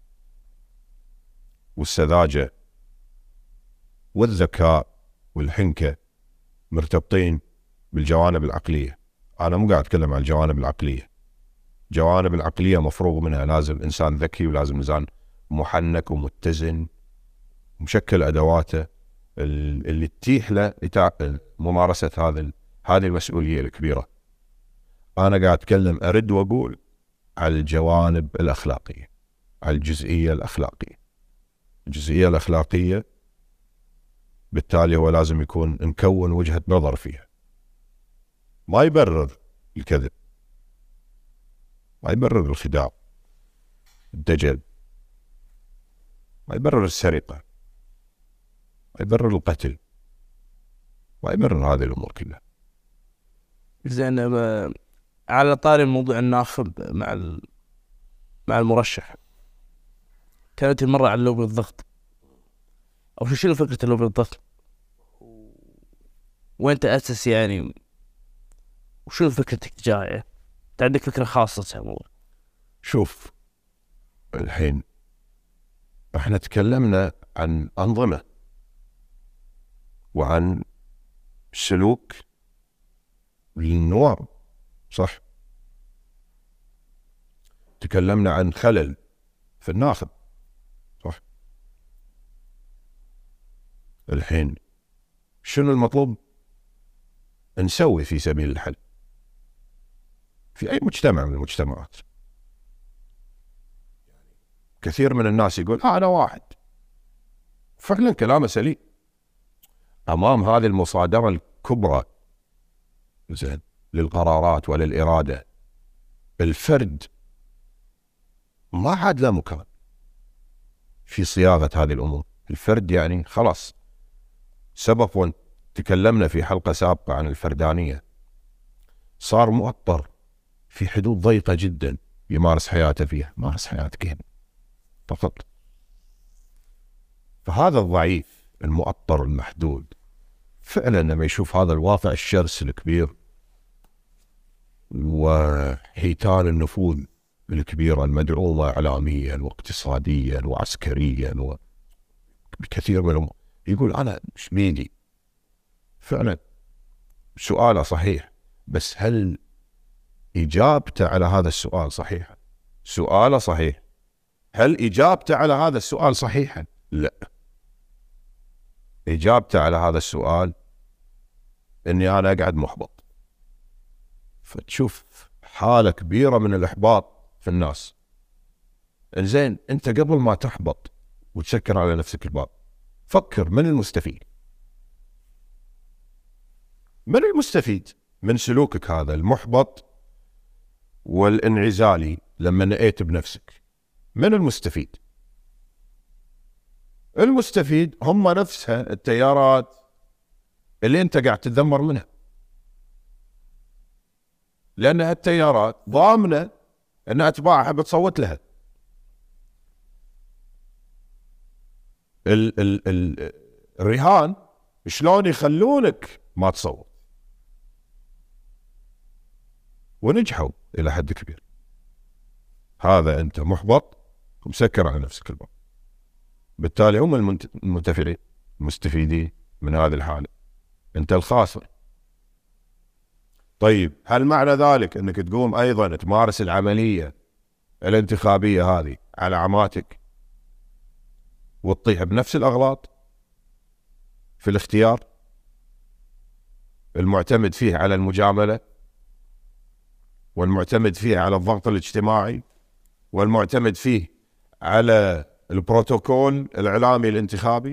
والسذاجة والذكاء والحنكة مرتبطين بالجوانب العقلية. أنا مو قاعد أتكلم عن الجوانب العقلية. جوانب العقلية مفروغ منها، لازم إنسان ذكي، ولازم إنسان محنك ومتزن ومشكل أدواته اللي تتيح له ممارسة هذه المسؤولية الكبيرة. أنا قاعد أتكلم، أرد وأقول على الجوانب الأخلاقية، على الجزئية الأخلاقية. الجزئية الأخلاقية بالتالي هو لازم يكون مكون وجهة نظر فيها، ما يبرر الكذب، ما يبرر الخداع، الدجل، ما يبرر السرقة، ما يبرر القتل، ما يبرر هذه الأمور كلها. زين، على طاري الموضوع الناخب مع المرشح، كانت المرة على اللوبي الضغط، أو شنو فكرة اللوبي الضغط؟ وين تأسس يعني؟ وشنو فكرتك تجاهه؟ أنت عندك فكرة خاصة الموضوع؟ شوف، الحين احنا تكلمنا عن أنظمة وعن سلوك للنواب، صح؟ تكلمنا عن خلل في الناخب، صح؟ الحين شنو المطلوب نسوي في سبيل الحل في أي مجتمع من المجتمعات؟ كثير من الناس يقول أنا واحد، فعلا كلامه سليم. أمام هذه المصادرة الكبرى زين للقرارات وللإرادة، الفرد ما عاد له مكان في صياغة هذه الأمور. الفرد يعني خلاص، سبق وان تكلمنا في حلقة سابقة عن الفردانية، صار مؤطر في حدود ضيقة جدا يمارس حياته فيها، مارس حياتك هنا فقط. فهذا الضعيف المؤطر المحدود فعلا لما يشوف هذا الواقع الشرس الكبير وحيتان النفوذ الكبيرة المدعومة إعلاميا واقتصاديا وعسكريا وبكثير منهم، يقول أنا مش بيدي. فعلا سؤاله صحيح، بس هل إجابته على هذا السؤال صحيحة؟ سؤاله صحيح، هل إجابته على هذا السؤال صحيحة؟ لا. إجابته على هذا السؤال إني أنا أقعد محبط. فتشوف حالة كبيرة من الإحباط في الناس. إنزين، أنت قبل ما تحبط وتسكر على نفسك الباب. فكر، من المستفيد؟ من المستفيد من سلوكك هذا المحبط والانعزالي لما نأيت بنفسك؟ من المستفيد؟ المستفيد هم نفسها التيارات اللي انت قاعد تتذمر منها، لأن هالتيارات ضامنة أن أتباعها بتصوت لها. الرهان شلون يخلونك ما تصوت، ونجحوا إلى حد كبير. هذا أنت محبط ومسكر على نفسك الباب، بالتالي هم المنتفعين المستفيدين من هذه الحالة، أنت الخاسر. طيب، هل معنى ذلك أنك تقوم أيضا تمارس العملية الانتخابية هذه على عماتك وتطيح بنفس الأغلاط في الاختيار المعتمد فيه على المجاملة، والمعتمد فيه على الضغط الاجتماعي، والمعتمد فيه على البروتوكول الإعلامي الانتخابي؟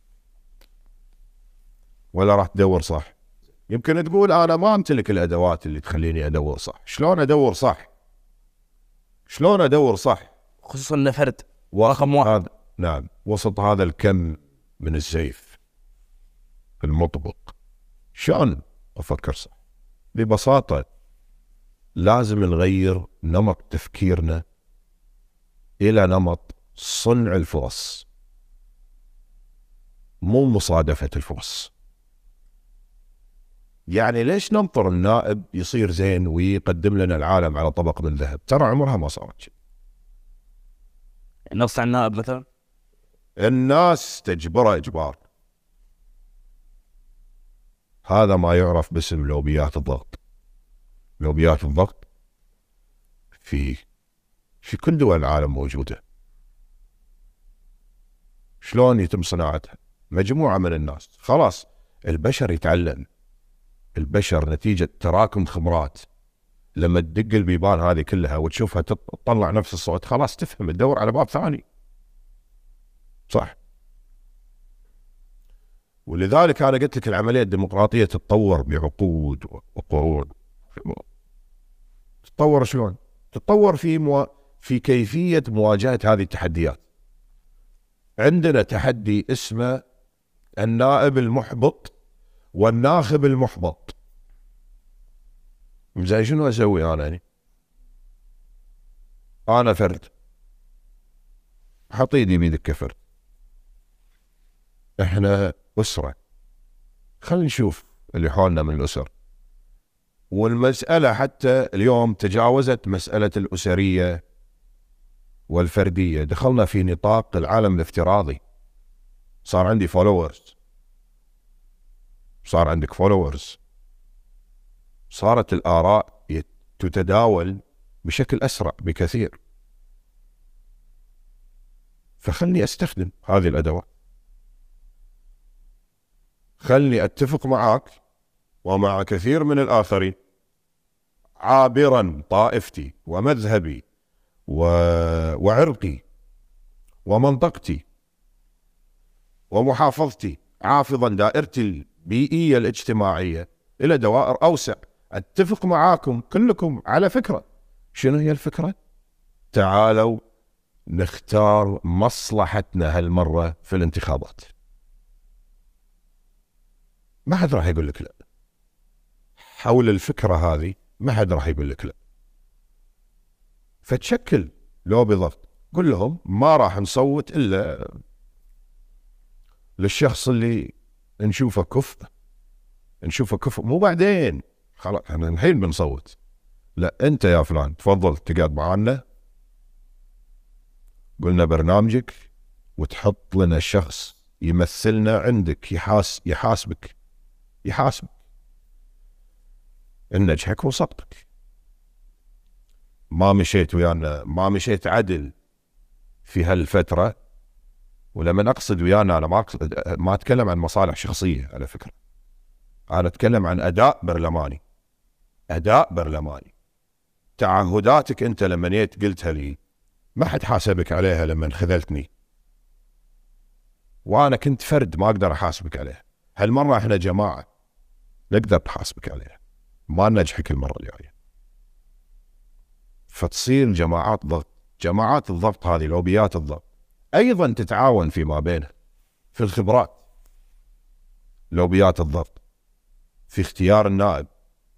ولا راح تدور صح؟ يمكن تقول أنا ما أمتلك الأدوات اللي تخليني أدور صح. شلون أدور صح؟ شلون أدور صح؟ خصوصا أنه فرد رقم واحد. نعم، وسط هذا الكم من الزيف المطبق، شلون أفكر صح؟ ببساطة لازم نغير نمط تفكيرنا إلى نمط صنع الفرص، مو مصادفة الفرص. يعني ليش ننطر النائب يصير زين ويقدم لنا العالم على طبق من ذهب؟ ترى عمرها ما صارت شيء. نص على النائب مثلا الناس تجبره إجبار، هذا ما يعرف باسم لوبيات الضغط. لوبيات الضغط في كل دول العالم موجودة. شلون يتم صناعتها؟ مجموعة من الناس، خلاص البشر يتعلم، البشر نتيجة تراكم خبرات. لما تدق البيبان هذه كلها وتشوفها تطلع نفس الصوت، خلاص تفهم، تدور على باب ثاني. صح؟ ولذلك أنا قلت لك العملية الديمقراطية تتطور بعقود وقرون. تتطور شلون؟ تتطور في كيفية مواجهة هذه التحديات. عندنا تحدي اسمه النائب المحبط والناخب المحبط. زي شنو أسوي أنا؟ يعني أنا فرد، حط ايدي بيدك كفرد، احنا أسرة، خلينا نشوف اللي حولنا من الأسر. والمسألة حتى اليوم تجاوزت مسألة الأسرية والفردية، دخلنا في نطاق العالم الافتراضي. صار عندي فولورز، صار عندك فولورز، صارت الآراء تتداول بشكل أسرع بكثير. فخلني أستخدم هذه الأدوات، خلني أتفق معك ومع كثير من الآخرين عابرا طائفتي ومذهبي وعرقي ومنطقتي ومحافظتي، عافظا دائرتي البيئية الاجتماعية إلى دوائر أوسع. أتفق معاكم كلكم على فكرة. شنو هي الفكرة؟ تعالوا نختار مصلحتنا هالمرة في الانتخابات. ما حد راح يقول لك لا. حول الفكرة هذه ما حد راح يقول لك لا. فتشكل لوبي ضغط، قل لهم ما راح نصوت إلا للشخص اللي نشوفه كفء، نشوفه كفء، مو بعدين خلاص احنا الحين بنصوت. لا، انت يا فلان تفضل تقعد معنا، قلنا برنامجك، وتحط لنا شخص يمثلنا عندك، يحاسبك النجحك وسقطك. ما مشيت ويانا، ما مشيت عدل في هالفترة. ولما أقصد ويانا أنا ما أتكلم عن مصالح شخصية على فكرة، أنا أتكلم عن أداء برلماني. أداء برلماني. تعهداتك أنت لما جيت قلتها لي ما حد حاسبك عليها لما خذلتني. وأنا كنت فرد ما أقدر أحاسبك عليها. هالمرة إحنا جماعة نقدر نحاسبك عليها، ما ننجحك المرة الجاية. فتصير جماعات ضغط. جماعات الضغط هذه، لوبيات الضغط، أيضا تتعاون فيما بينها في الخبرات. لوبيات الضغط في اختيار النائب،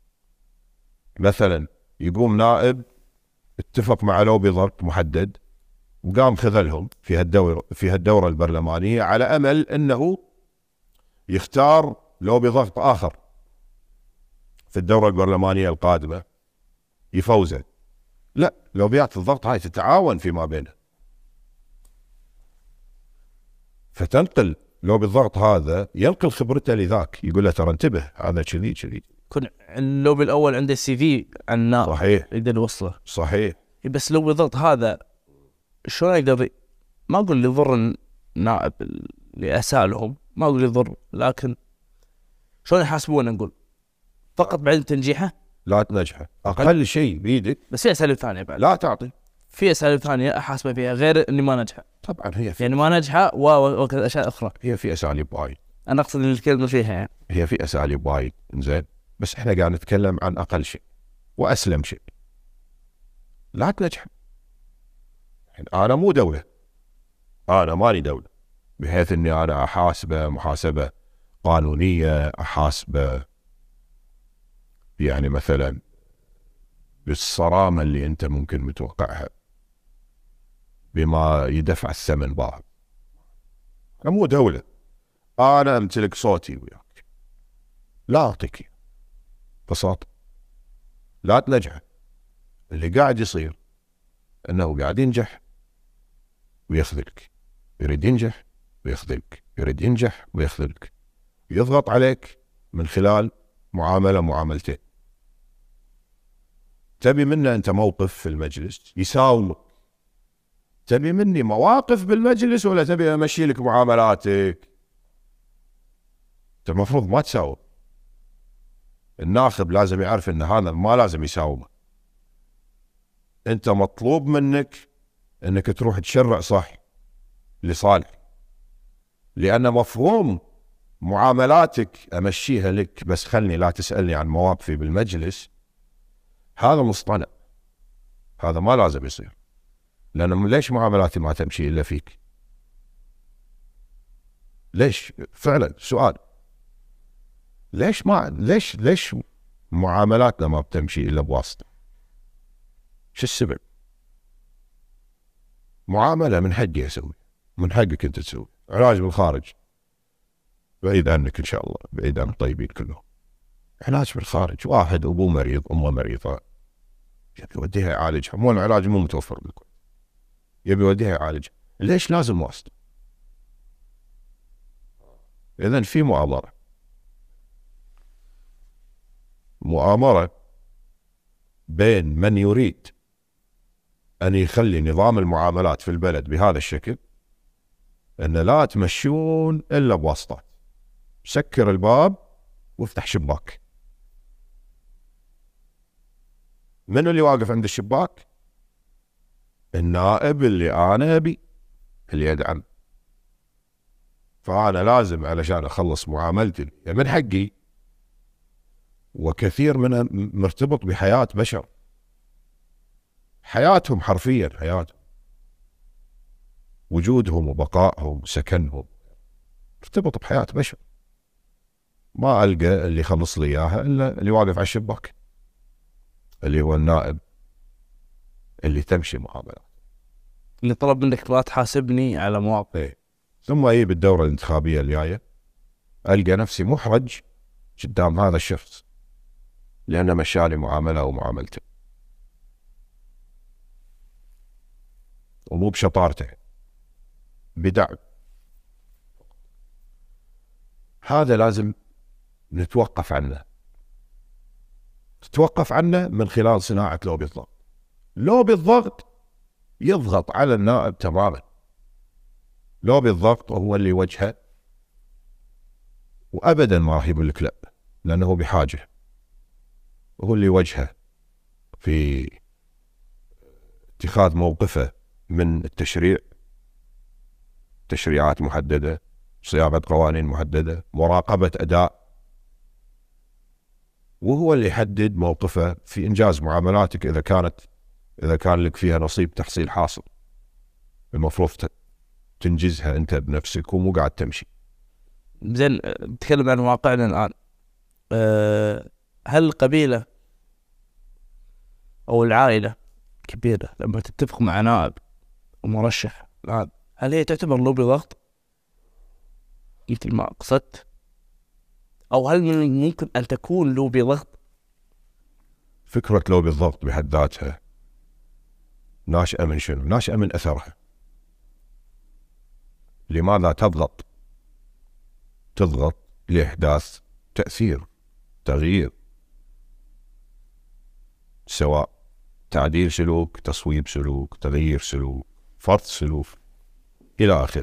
مثلا يقوم نائب اتفق مع لوبي ضغط محدد وقام خذلهم في هالدورة البرلمانية على أمل أنه يختار لوبي ضغط آخر في الدورة البرلمانية القادمة يفوزه. لا، لوبيات الضغط هاي تتعاون فيما بينها، فتنقل لوبي الضغط هذا ينقل خبرته لذاك، يقول له ترى انتبه هذا كذي كذي. يكون اللوبي الاول عنده سي في عن النائب، صحيح، يقدر يوصله. صحيح. بس لوبي الضغط هذا شلون يقدر، ما اقول يضر النائب اللي اسالهم، ما اقول يضر، لكن شلون يحاسبونه؟ نقول فقط بعد تنجيحه لا تنجحه، اقل شيء بيدك. بس في اساليب ثانيه بعد، لا تعطي، في اساليب ثانيه احاسبه فيها غير اني ما نجحه. طبعا هي في، يعني ما نجحه واشياء اخرى. هي في اساليب وايد، انا اقصد الكلمه فيها يعني. هي في اساليب وايد. زين، بس احنا قاعد نتكلم عن اقل شيء واسلم شيء. لا تنجح. انا مو دوله، انا ماني دوله بحيث اني انا احاسبه محاسبه قانونيه، احاسبه يعني مثلا بالصرامه اللي انت ممكن متوقعها بما يدفع الثمن باهظ. انا مو دوله، انا امتلك صوتي وياك، لا اعطيك ببساطه. لا تنجح. اللي قاعد يصير انه قاعد ينجح ويخذلك، يريد ينجح ويخذلك، يريد ينجح ويخذلك، يضغط عليك من خلال معاملتين. تبي منه انت موقف في المجلس يساومك، تبي مني مواقف بالمجلس، ولا تبي امشي لك معاملاتك؟ انت المفروض ما تساوم. الناخب لازم يعرف ان هذا ما لازم يساومه. انت مطلوب منك انك تروح تشرع صح لصالح، لان مفهوم معاملاتك امشيها لك بس خلني لا تسألني عن مواقفي بالمجلس، هذا مصطنع، هذا ما لازم يصير. لان ليش معاملاتي ما تمشي الا فيك؟ ليش؟ فعلا سؤال، ليش معاملاتنا ما بتمشي الا بواسطة؟ شو السبب؟ معاملة من حقي اسوي، من حقك انت تسوي. علاج بالخارج بعيد عنك ان شاء الله، بعيد عن الطيبين كلهم. علاج بالخارج، واحد ابوه مريض امه مريضة يبي يوديها يعالجها، مو العلاج مو متوفر بالكل، يبي يوديها يعالجها، ليش لازم واسطة؟ اذن في مؤامرة بين من يريد أن يخلي نظام المعاملات في البلد بهذا الشكل، أن لا تمشون إلا بواسطات. سكر الباب وافتح شباك. من اللي واقف عند الشباك؟ النائب اللي أنا أبي، اللي يدعم. فأنا لازم علشان أخلص معاملتي من حقي، وكثير منها مرتبط بحياة بشر، حياتهم حرفيا، حياتهم وجودهم وبقائهم وسكنهم مرتبط بحياة بشر. ما ألقى اللي يخلص لي إياها إلا اللي واقف على الشباك، اللي هو النائب اللي تمشي معاملات، اللي طلب منك لا تحاسبني على مواقف. إيه. ثم أجي بالدورة الانتخابية الجاية ألقى نفسي محرج قدام هذا الشخص لأنه مشالي معاملة ومعاملته، ومو بشطارته، بدعم. هذا لازم نتوقف عنه، تتوقف عنه من خلال صناعة لوبي الضغط. لوبي الضغط يضغط على النائب تماما. لوبي الضغط هو اللي وجهه، وأبدا ما راح يقول لك لا، لأنه بحاجة، هو اللي وجهه في اتخاذ موقفه من التشريع، تشريعات محددة صياغة قوانين محددة، مراقبة أداء، وهو اللي يحدد موقفه في إنجاز معاملاتك إذا كان لك فيها نصيب تحصيل حاصل. المفروض تنجزها أنت بنفسك ومو قاعد تمشي. زين، نتكلم عن واقعنا الآن. هل القبيلة أو العائلة كبيرة لما تتفق مع نائب ومرشح الآن، هل هي تعتبر لوبي ضغط مثل ما قصدت، أو هل ممكن أن تكون لوبي ضغط؟ فكرة لوبي الضغط بحد ذاتها ناشئة من شنو؟ ناشئة من أثرها. لماذا تضغط لإحداث تأثير، تغيير، سواء تعديل سلوك، تصويب سلوك، تغيير سلوك، فرض سلوك إلى آخره.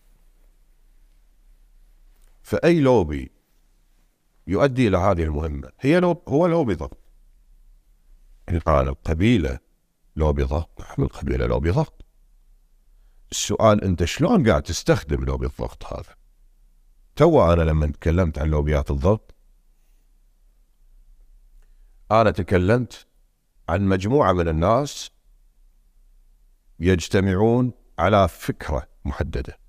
فأي لوبي يؤدي إلى هذه المهمة هو لوبي ضغط. إن قال القبيلة لوبي ضغط، نعم القبيلة لوبي ضغط. السؤال أنت شلون قاعد تستخدم لوبي الضغط هذا؟ أنا لما تكلمت عن لوبيات الضغط أنا تكلمت عن مجموعة من الناس يجتمعون على فكرة محددة.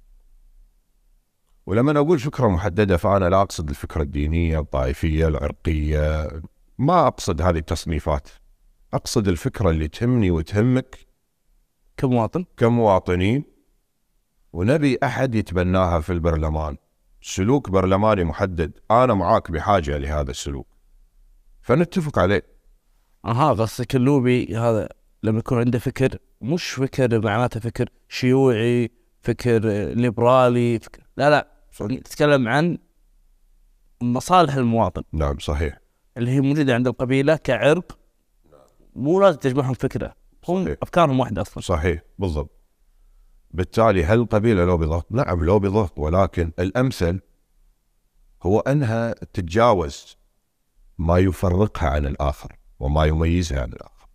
ولما أقول فكرة محددة فأنا لا أقصد الفكرة الدينية، الطائفية، العرقية، ما أقصد هذه التصنيفات. أقصد الفكرة اللي تهمني وتهمك كمواطنين، ونبي أحد يتبناها في البرلمان. سلوك برلماني محدد، أنا معاك بحاجة لهذا السلوك فنتفق عليه. قصدك اللوبي هذا لما يكون عنده فكر، مش فكر معناته فكر شيوعي، فكر ليبرالي، لا تتكلم عن مصالح المواطن. نعم صحيح. اللي هي موجودة عند القبيلة كعرق، مو لازم تجمعهم فكرة، هم أفكارهم واحدة أصلا. صحيح بالضبط. بالتالي هل القبيلة لوبي ضغط؟ نعم لوبي ضغط، ولكن الأمثل هو أنها تتجاوز ما يفرقها عن الآخر وما يميزها عن الآخر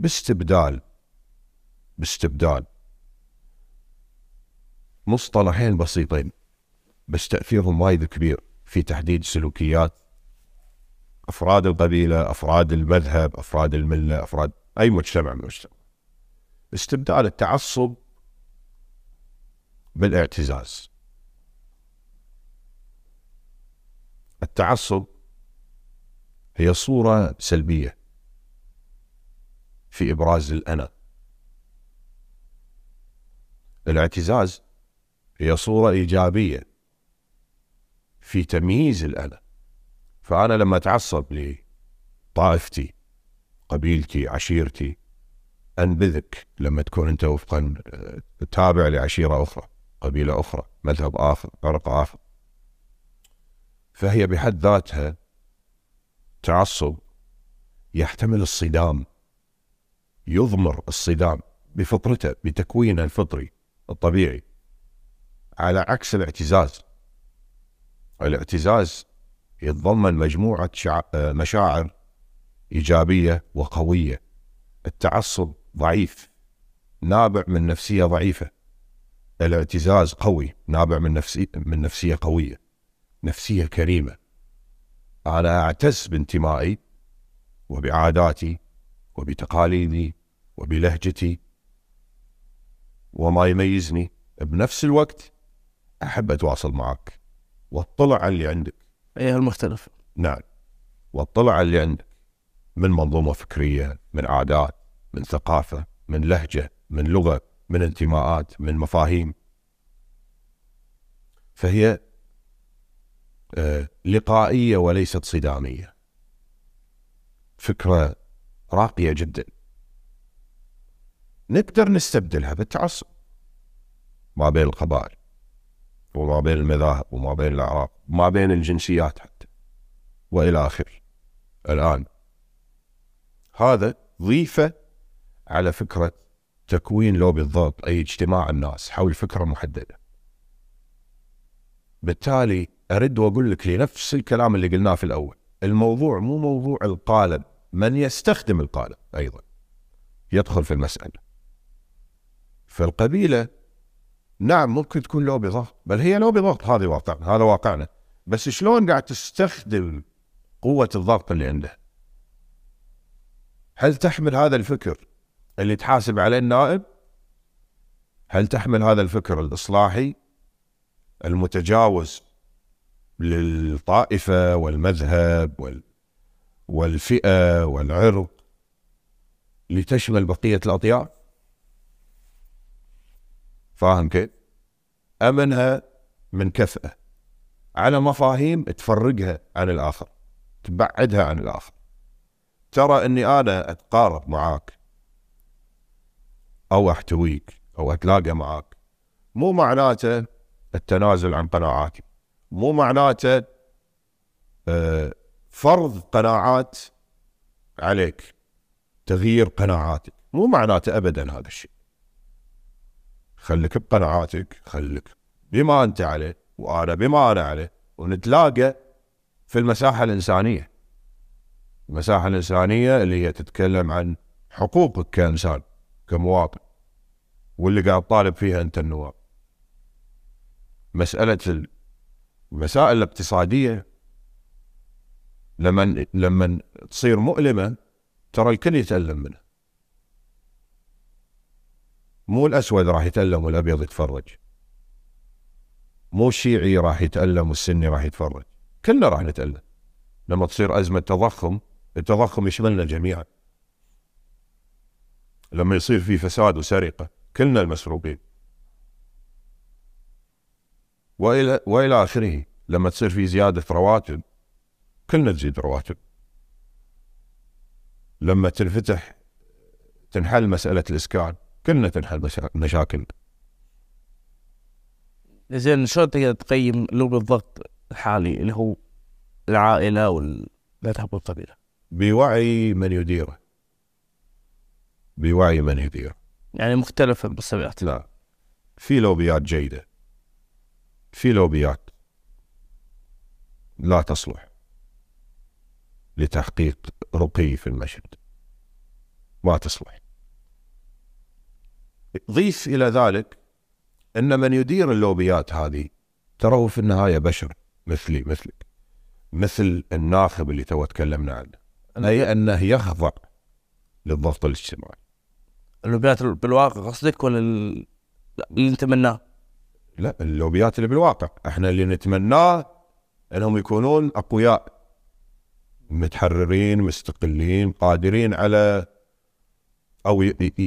باستبدال مصطلحين بسيطين بس تأثيرهم وايد كبير في تحديد سلوكيات أفراد القبيلة، أفراد المذهب، أفراد الملة، أفراد أي مجتمع من المجتمع. استبدال التعصب بالاعتزاز. التعصب هي صورة سلبية في إبراز الأنا. الاعتزاز هي صورة إيجابية في تمييز الأنا. فأنا لما أتعصب لطائفتي، قبيلتي، عشيرتي، أنبذك لما تكون أنت وفقا تابع لعشيرة أخرى، قبيلة أخرى، مذهب آخر، عرق آخر. فهي بحد ذاتها تعصب يحتمل الصدام، يضمر الصدام بفطرته، بتكوينه الفطري الطبيعي، على عكس الاعتزاز. الاعتزاز يتضمن مجموعة مشاعر إيجابية وقوية. التعصب ضعيف، نابع من نفسية ضعيفة. الاعتزاز قوي، نابع من نفسية قوية، نفسية كريمة. أنا أعتز بانتمائي وبعاداتي وبتقاليدي وبلهجتي وما يميزني. بنفس الوقت أحب أتواصل معك واطلع على اللي عندك، المختلف. نعم، واطلع على اللي عندك من منظومة فكرية، من عادات، من ثقافة، من لهجة، من لغة، من انتماءات، من مفاهيم. فهي لقائية وليست صدامية. فكرة راقية جدا نقدر نستبدلها بالتعصب ما بين القبائل وما بين المذاهب وما بين الأعراق وما بين الجنسيات حتى وإلى آخره. الآن هذا ضيفة على فكرة تكوين لوبي الضغط، أي اجتماع الناس حول فكرة محددة. بالتالي أرد وأقول لك لنفس الكلام اللي قلناه في الأول، الموضوع مو موضوع القالب، من يستخدم القالب أيضا يدخل في المسألة. فالقبيلة نعم ممكن تكون لوبي ضغط، بل هي لوبي ضغط، هذا واقعنا. بس شلون قاعد تستخدم قوة الضغط اللي عنده؟ هل تحمل هذا الفكر اللي تحاسب عليه النائب؟ هل تحمل هذا الفكر الإصلاحي المتجاوز للطائفة والمذهب والفئة والعرق لتشمل بقية الأطياف؟ فاهم كيف؟ أمنها من كفأة على مفاهيم تفرقها عن الآخر، تبعدها عن الآخر. ترى أني أنا أتقارب معاك أو أحتويك أو أتلاقى معاك مو معناته التنازل عن قناعاتي، مو معناته فرض قناعات عليك، تغيير قناعاتك، مو معناته أبدا هذا الشيء. خليك بقناعاتك، خليك بما أنت عليه وأنا بما أنا عليه، ونتلاقى في المساحة الإنسانية. المساحة الإنسانية اللي هي تتكلم عن حقوقك كإنسان كمواطن، واللي قاعد طالب فيها أنت النواب. مسألة المسائل الاقتصادية لما تصير مؤلمة ترى الكل يتألم منها، مو الأسود راح يتألم والأبيض يتفرج، مو الشيعي راح يتألم والسني راح يتفرج، كلنا راح نتألم. لما تصير أزمة تضخم، التضخم يشملنا جميعا. لما يصير في فساد وسرقة كلنا المسروقين، وإلى آخره. لما تصير في زيادة رواتب كلنا تزيد رواتب. لما تنحل مسألة الإسكان كلنا تنحل مشاكل. زين، شلون تقدر تقيم لوب الضغط الحالي اللي هو العائلة والمذهب والقبيلة؟ بوعي من يديره، بوعي من يديره. يعني مختلفة بالسبعات؟ لا، في لوبيات جيدة، في لوبيات لا تصلح لتحقيق رقي في المشهد، ما تصلح. ضيف إلى ذلك أن من يدير اللوبيات هذه ترى هو في النهاية بشر مثلي مثلك، مثل الناخب اللي تو تكلمنا عنه، أي أنه يخضع للضغط الاجتماعي. اللوبيات بالواقع قصدك ولا اللي نتمناه؟ لا، اللوبيات اللي بالواقع. احنا اللي نتمناه انهم يكونون اقوياء، متحررين، مستقلين، قادرين على او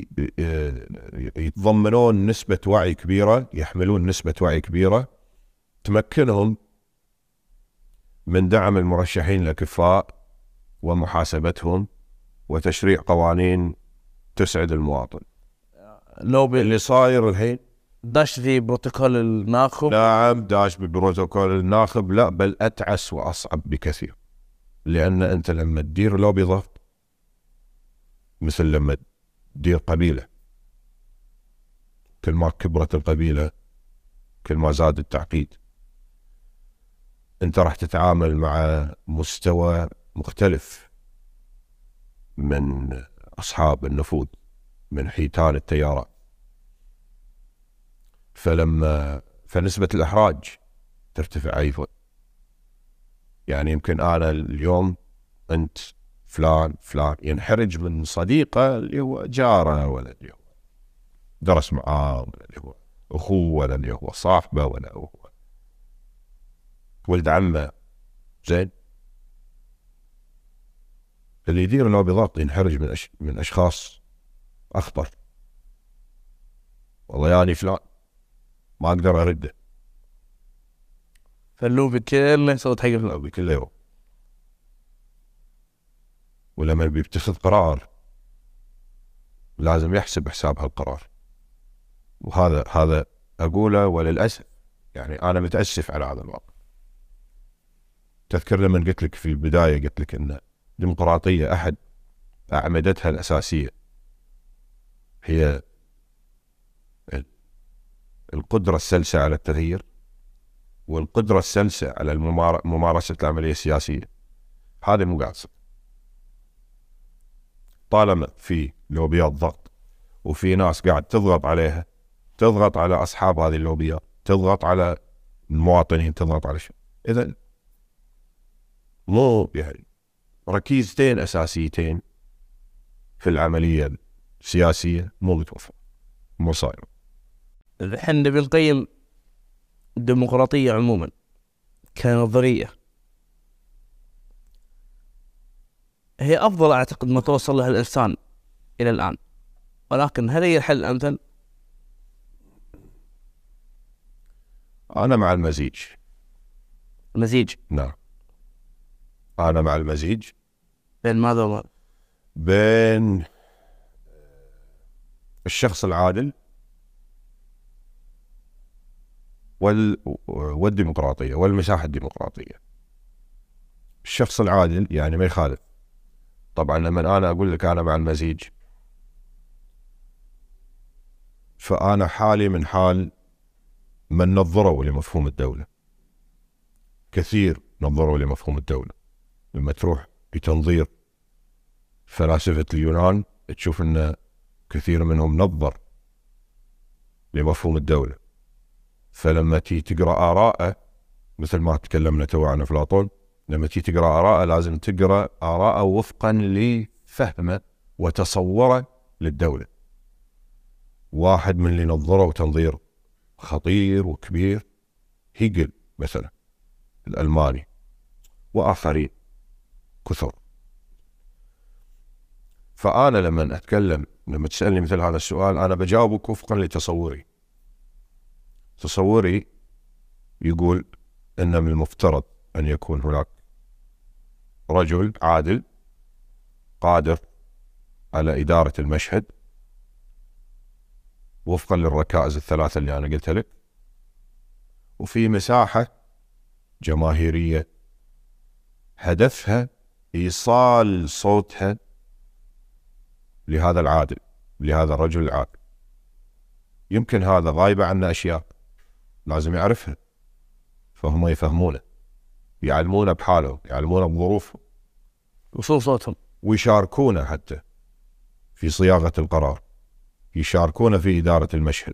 يتضمنون نسبة وعي كبيرة، يحملون نسبة وعي كبيرة تمكنهم من دعم المرشحين الأكفاء ومحاسبتهم وتشريع قوانين تسعد المواطن. لوبي اللي صاير الحين داش في بروتوكول الناخب. نعم داش ببروتوكول الناخب، لا بل أتعس وأصعب بكثير. لأن أنت لما تدير لوبي ضغط مثل لما تدير قبيلة، كل ما كبرت القبيلة كل ما زاد التعقيد. أنت راح تتعامل مع مستوى مختلف من أصحاب النفوذ، من حيتان التيارات. فنسبة الإحراج ترتفع أيضا. يعني يمكن أنا اليوم أنت فلان ينحرج من صديقه اللي هو جاره، ولا اللي هو درس معاه، ولا اللي هو أخوه، ولا اللي هو صاحبه، ولا هو ولد عمه. زين، اللي يدير لوبي ضغط ينحرج من أشخاص أخطر. والله يعني فلان ما أقدر أرده. فاللوبي كله يصوت حق اللوبي كله يوم. ولما بيتخذ قرار لازم يحسب حساب هالقرار. وهذا أقوله وللأسف يعني أنا متأسف على هذا الواقع. تذكر لما قلت لك في البداية، قلت لك أن الديمقراطية أحد أعمدتها الأساسية هي القدرة السلسة على التغيير، والقدرة السلسة على ممارسة العملية السياسية. هذا مو قاعد يصير. طالما في لوبيات ضغط وفي ناس قاعد تضغط عليها تضغط على أصحاب هذه اللوبيات، تضغط على المواطنين، تضغط على شيء. إذا مو يعني ركيزتين أساسيتين في العملية السياسية مو متوفر، مو صاير. الحين نبي نقيم الديمقراطية عموما كنظرية، هي أفضل أعتقد ما توصل لها الإنسان إلى الآن، ولكن هل هي الحل الأمثل؟ أنا مع المزيج. مزيج؟ نعم، أنا مع المزيج. بين ماذا وماذا؟ بين الشخص العادل والديمقراطية والمساحة الديمقراطية. الشخص العادل يعني ما يخالف. طبعا لما أنا أقول لك أنا مع المزيج، فأنا حالي من حال من نظروا لمفهوم الدولة. كثير نظروا لمفهوم الدولة. لما تروح بتنظير فلاسفة اليونان تشوف أن كثير منهم نظر لمفهوم الدولة. فلما تقرأ آراءه، مثل ما تكلمنا تو عن أفلاطون، لما تقرأ آراءه لازم تقرأ آراءه وفقا لفهمه وتصوره للدولة. واحد من اللي نظروا تنظير خطير وكبير هيجل مثلا الألماني، وآخرين كثر. فأنا لما أتكلم، لما تسألني مثل هذا السؤال، أنا بجاوبك وفقا لتصوري. تصوري يقول أن من المفترض أن يكون هناك رجل عادل قادر على إدارة المشهد وفقا للركائز الثلاثة اللي أنا قلتها لك، وفي مساحة جماهيرية هدفها إيصال صوتها لهذا العادل، لهذا الرجل العادل. يمكن هذا غايبة عنا أشياء لازم يعرفها، فهم يفهمونه، يعلمونه بحاله، يعلمونه بظروفهم، وصول صوتهم، ويشاركونه حتى في صياغة القرار، يشاركونه في إدارة المشهد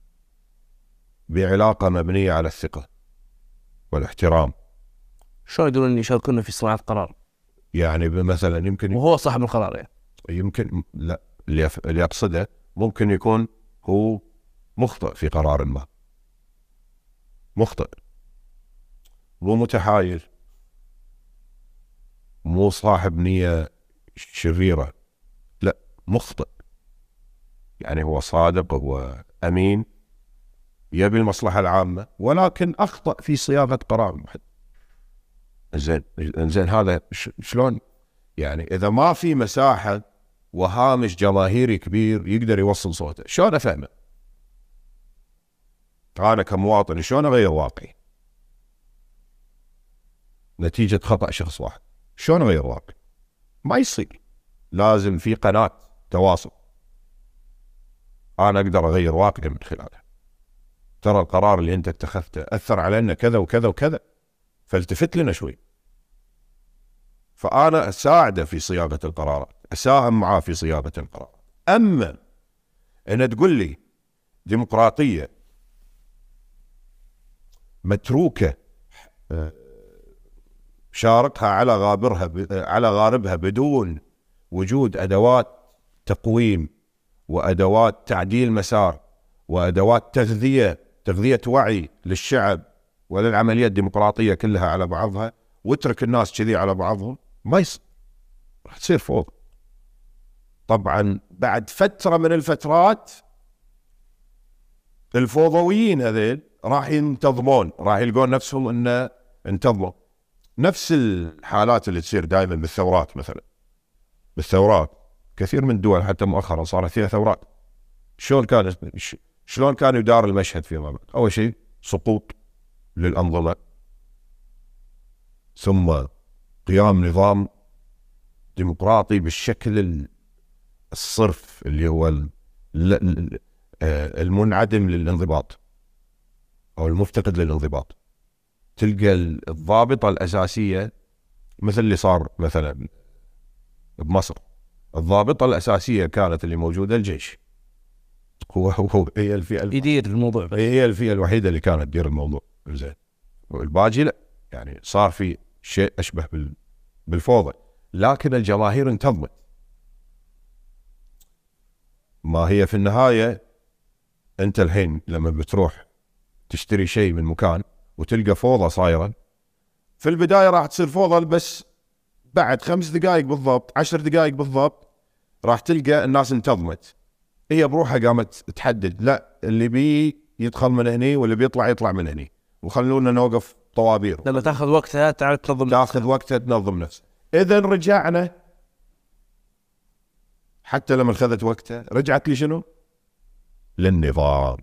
بعلاقة مبنية على الثقة والاحترام. شو يقولون يشاركونه في صناعة قرار؟ يعني مثلا يمكن وهو صاحب القرار يعني. يمكن لا، اللي أقصده ممكن يكون هو مخطئ في قرار ما، مخطئ، مو متحايل، مو صاحب نية شريرة، لا، مخطئ. يعني هو صادق، هو أمين، يبي المصلحة العامة، ولكن أخطأ في صياغة قرار. زين هذا شلون؟ يعني إذا ما في مساحة وهامش جماهيري كبير يقدر يوصل صوته، شلون أفهمه؟ أنا كمواطن شلون أغير واقعي نتيجة خطأ شخص واحد؟ شلون أغير واقعي؟ ما يصير. لازم في قناة تواصل أنا أقدر أغير واقعي من خلالها. ترى القرار اللي أنت اتخذته أثر علينا كذا وكذا وكذا، فالتفت لنا شوي. فأنا أساعده في صياغة القرارات، أساهم معاه في صياغة القرارات. أما أن تقول لي ديمقراطية متروكة شاركها على غاربها بدون وجود أدوات تقويم وأدوات تعديل مسار وأدوات تغذية وعي للشعب وللعملية الديمقراطية كلها على بعضها، واترك الناس كذي على بعضهم، ما يصير، راح تصير فوضى. طبعا بعد فترة من الفترات الفوضويين هذيل راح ينتظمون، راح يلقون نفسهم انه انتظموا. نفس الحالات اللي تصير دائما بالثورات، مثلا بالثورات كثير من الدول حتى مؤخرا صارت فيها ثورات. شلون كان يدار المشهد فيما بعد؟ اول شيء سقوط للأنظمة، ثم قيام نظام ديمقراطي بالشكل الصرف اللي هو المنعدم للانضباط أو المفتقد للانضباط. تلقى الضابطة الأساسية مثل اللي صار مثلا بمصر، الضابطة الأساسية كانت اللي موجودة الجيش، هي الفئة يدير الموضوع بس. هي الفئة الوحيدة اللي كانت تدير الموضوع زين، والباقي لا، يعني صار في شيء أشبه بالفوضى. لكن الجماهير انتظمت. ما هي في النهاية أنت الحين لما بتروح تشتري شيء من مكان وتلقى فوضى صايرة، في البداية راح تصير فوضى، بس بعد 5 دقائق بالضبط 10 دقائق بالضبط راح تلقى الناس انتظمت، هي بروحها قامت تحدد لا اللي بي يدخل من هني واللي بيطلع يطلع من هني، وخلونا نوقف طوابير. لما تاخذ وقتها تعال تنظم، تاخذ وقتها تنظم نفسك. إذا رجعنا، حتى لما أخذت وقتها رجعت لي شنو؟ للنظام،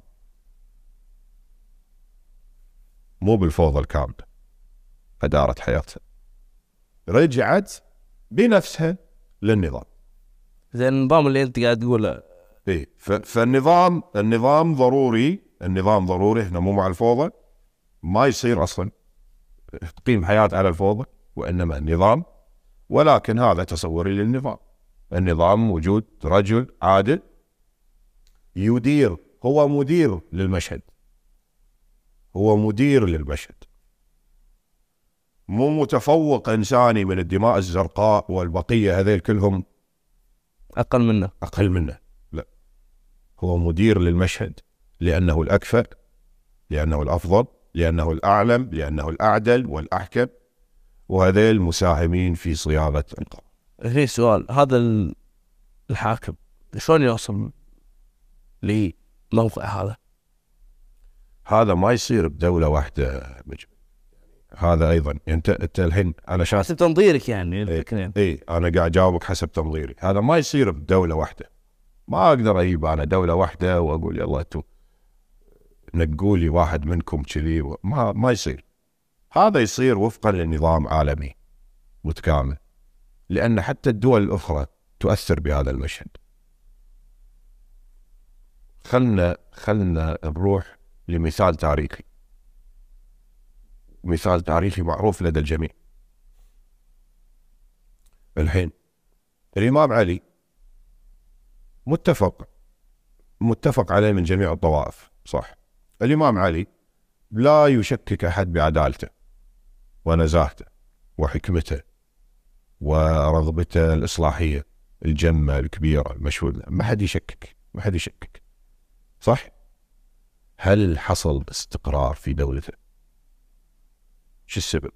مو بالفوضى الكاملة. فدارت حياتها، رجعت بنفسها للنظام. زي النظام اللي انت قاعد تقوله. إيه، فالنظام ضروري، النظام ضروري. احنا مو مع الفوضى، ما يصير أصلا تقيم حياة على الفوضى، وإنما النظام. ولكن هذا تصوري للنظام. النظام وجود رجل عادل يدير، هو مدير للمشهد، هو مدير للمشهد، مو متفوق إنساني من الدماء الزرقاء والبقية هذيل كلهم أقل منه. لا، هو مدير للمشهد، لأنه الأكفأ، لأنه الأفضل، لأنه الأعلم، لأنه الأعدل والأحكم، وهذيل مساهمين في صياغة القرار. هي سؤال، هذا الحاكم شلون يوصل لموقع هذا؟ هذا ما يصير بدولة واحدة مجمع. هذا أيضا أنت الحين أنا شايف حسب تنظيرك يعني الفكرين. أنا قاعد أجاوبك حسب تنظيري. هذا ما يصير بدولة واحدة. ما أقدر أجيب أنا دولة واحدة وأقول يلا أنتم نقولي واحد منكم كذي، ما يصير. هذا يصير وفقا لنظام عالمي متكامل، لأن حتى الدول الأخرى تؤثر بهذا المشهد. خلنا نروح لمثال تاريخي، مثال تاريخي معروف لدى الجميع. الحين الإمام علي متفق عليه من جميع الطوائف، صح؟ الإمام علي لا يشكك أحد بعدالته ونزاهته وحكمته ورغبته الإصلاحية الجمة الكبيرة المشهودة. ما حد يشكك، صح؟ هل حصل استقرار في دولته؟ شو السبب؟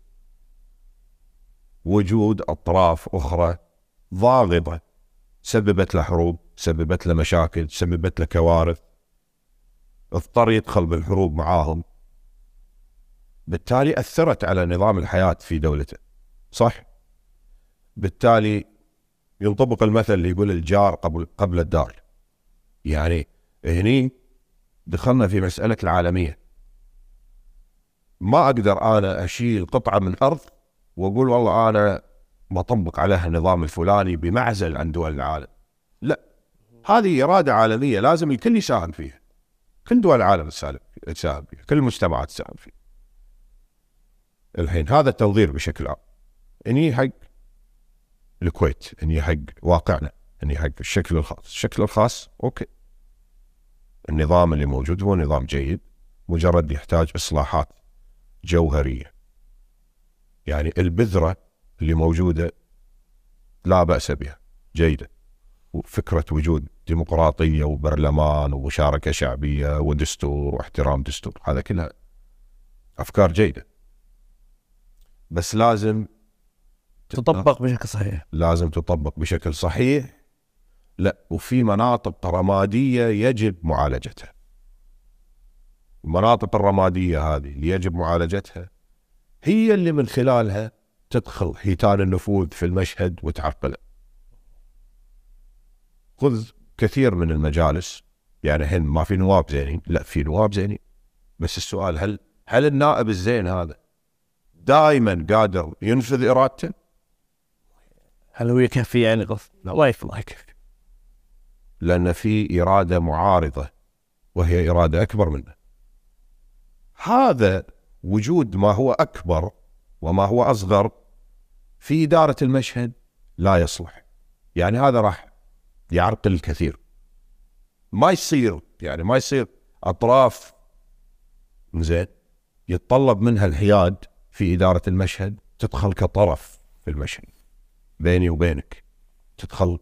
وجود أطراف أخرى ضاغطة سببت له حروب، سببت له مشاكل، سببت له كوارث، اضطر يدخل بالحروب معاهم، بالتالي أثرت على نظام الحياة في دولته، صح؟ بالتالي ينطبق المثل اللي يقول الجار قبل الدار. يعني هني دخلنا في مسألة العالمية. ما أقدر أنا أشيل قطعة من أرض وأقول والله أنا بطبق عليها النظام الفلاني بمعزل عن دول العالم. لا، هذه إرادة عالمية لازم الكل يساهم فيها، كل دول العالم تساهم فيها، كل المجتمعات تساهم فيها. الحين هذا التنظير بشكل عام، إني حق الكويت، إني حق واقعنا، إني حق الشكل الخاص أوكي. النظام اللي موجود هو نظام جيد، مجرد يحتاج إصلاحات جوهرية. يعني البذرة اللي موجودة لا بأس بها، جيدة. وفكرة وجود ديمقراطية وبرلمان ومشاركة شعبية ودستور واحترام دستور، هذا كلها أفكار جيدة، بس لازم تطبق بشكل صحيح. لازم تطبق بشكل صحيح. لا، وفي مناطق رمادية يجب معالجتها. المناطق الرمادية هذه اللي يجب معالجتها هي اللي من خلالها تدخل حيتان النفوذ في المشهد وتعرقله. خذ كثير من المجالس، يعني الحين ما في نواب زينين، لا في نواب زينين، بس السؤال هل النائب الزين هذا دائما قادر ينفذ إرادته؟ هل هو يكفي يعني قصد؟ لا، ما يكفي، لأن في إرادة معارضة وهي إرادة أكبر منه. هذا وجود ما هو أكبر وما هو أصغر في إدارة المشهد لا يصلح. يعني هذا راح يعرقل الكثير. ما يصير يعني ما يصير أطراف زين يتطلب منها الحياد في إدارة المشهد تدخل كطرف في المشهد بيني وبينك، تدخل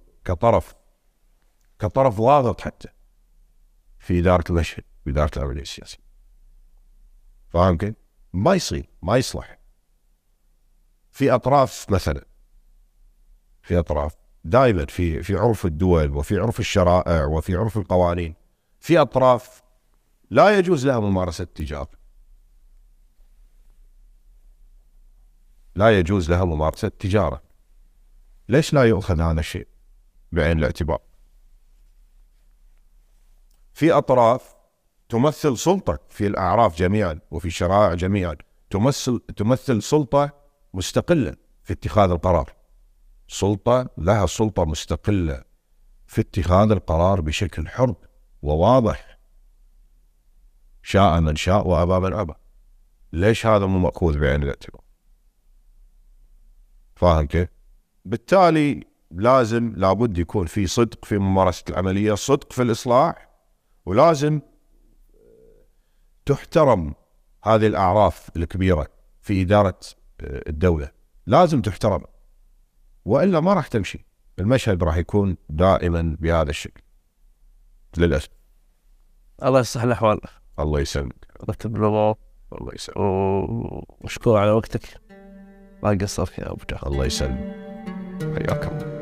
كطرف ضاغط حتى في إدارة المشهد، في إدارة العملية السياسية. فاهم كيف؟ ما يصير، ما يصلح. في أطراف مثلا، في أطراف دائما في عرف الدول وفي عرف الشرائع وفي عرف القوانين، في أطراف لا يجوز لها ممارسة التجارة، لا يجوز لها ممارسة التجارة. ليش لا يؤخذ هذا الشيء بعين الاعتبار؟ في أطراف تمثل سلطة في الأعراف جميعا وفي الشرائع جميعا، تمثل سلطة مستقلة في اتخاذ القرار، سلطة لها سلطة مستقلة في اتخاذ القرار بشكل حر وواضح، شاء من شاء وأبى من أبى. ليش هذا مو مأخوذ بعين الاعتبار؟ فاهم كيف؟ بالتالي لابد يكون في صدق في ممارسة العملية، صدق في الإصلاح، ولازم تحترم هذه الأعراف الكبيرة في إدارة الدولة، لازم تحترم، وإلا ما راح تمشي. المشهد راح يكون دائما بهذا الشكل للأسف. الله يصلح الأحوال. الله يسلمك. رتب الأمور. الله يسلمك. ومشكور على وقتك، ما قصرت يا أبو جعفر. الله يسلمك، حياك الله.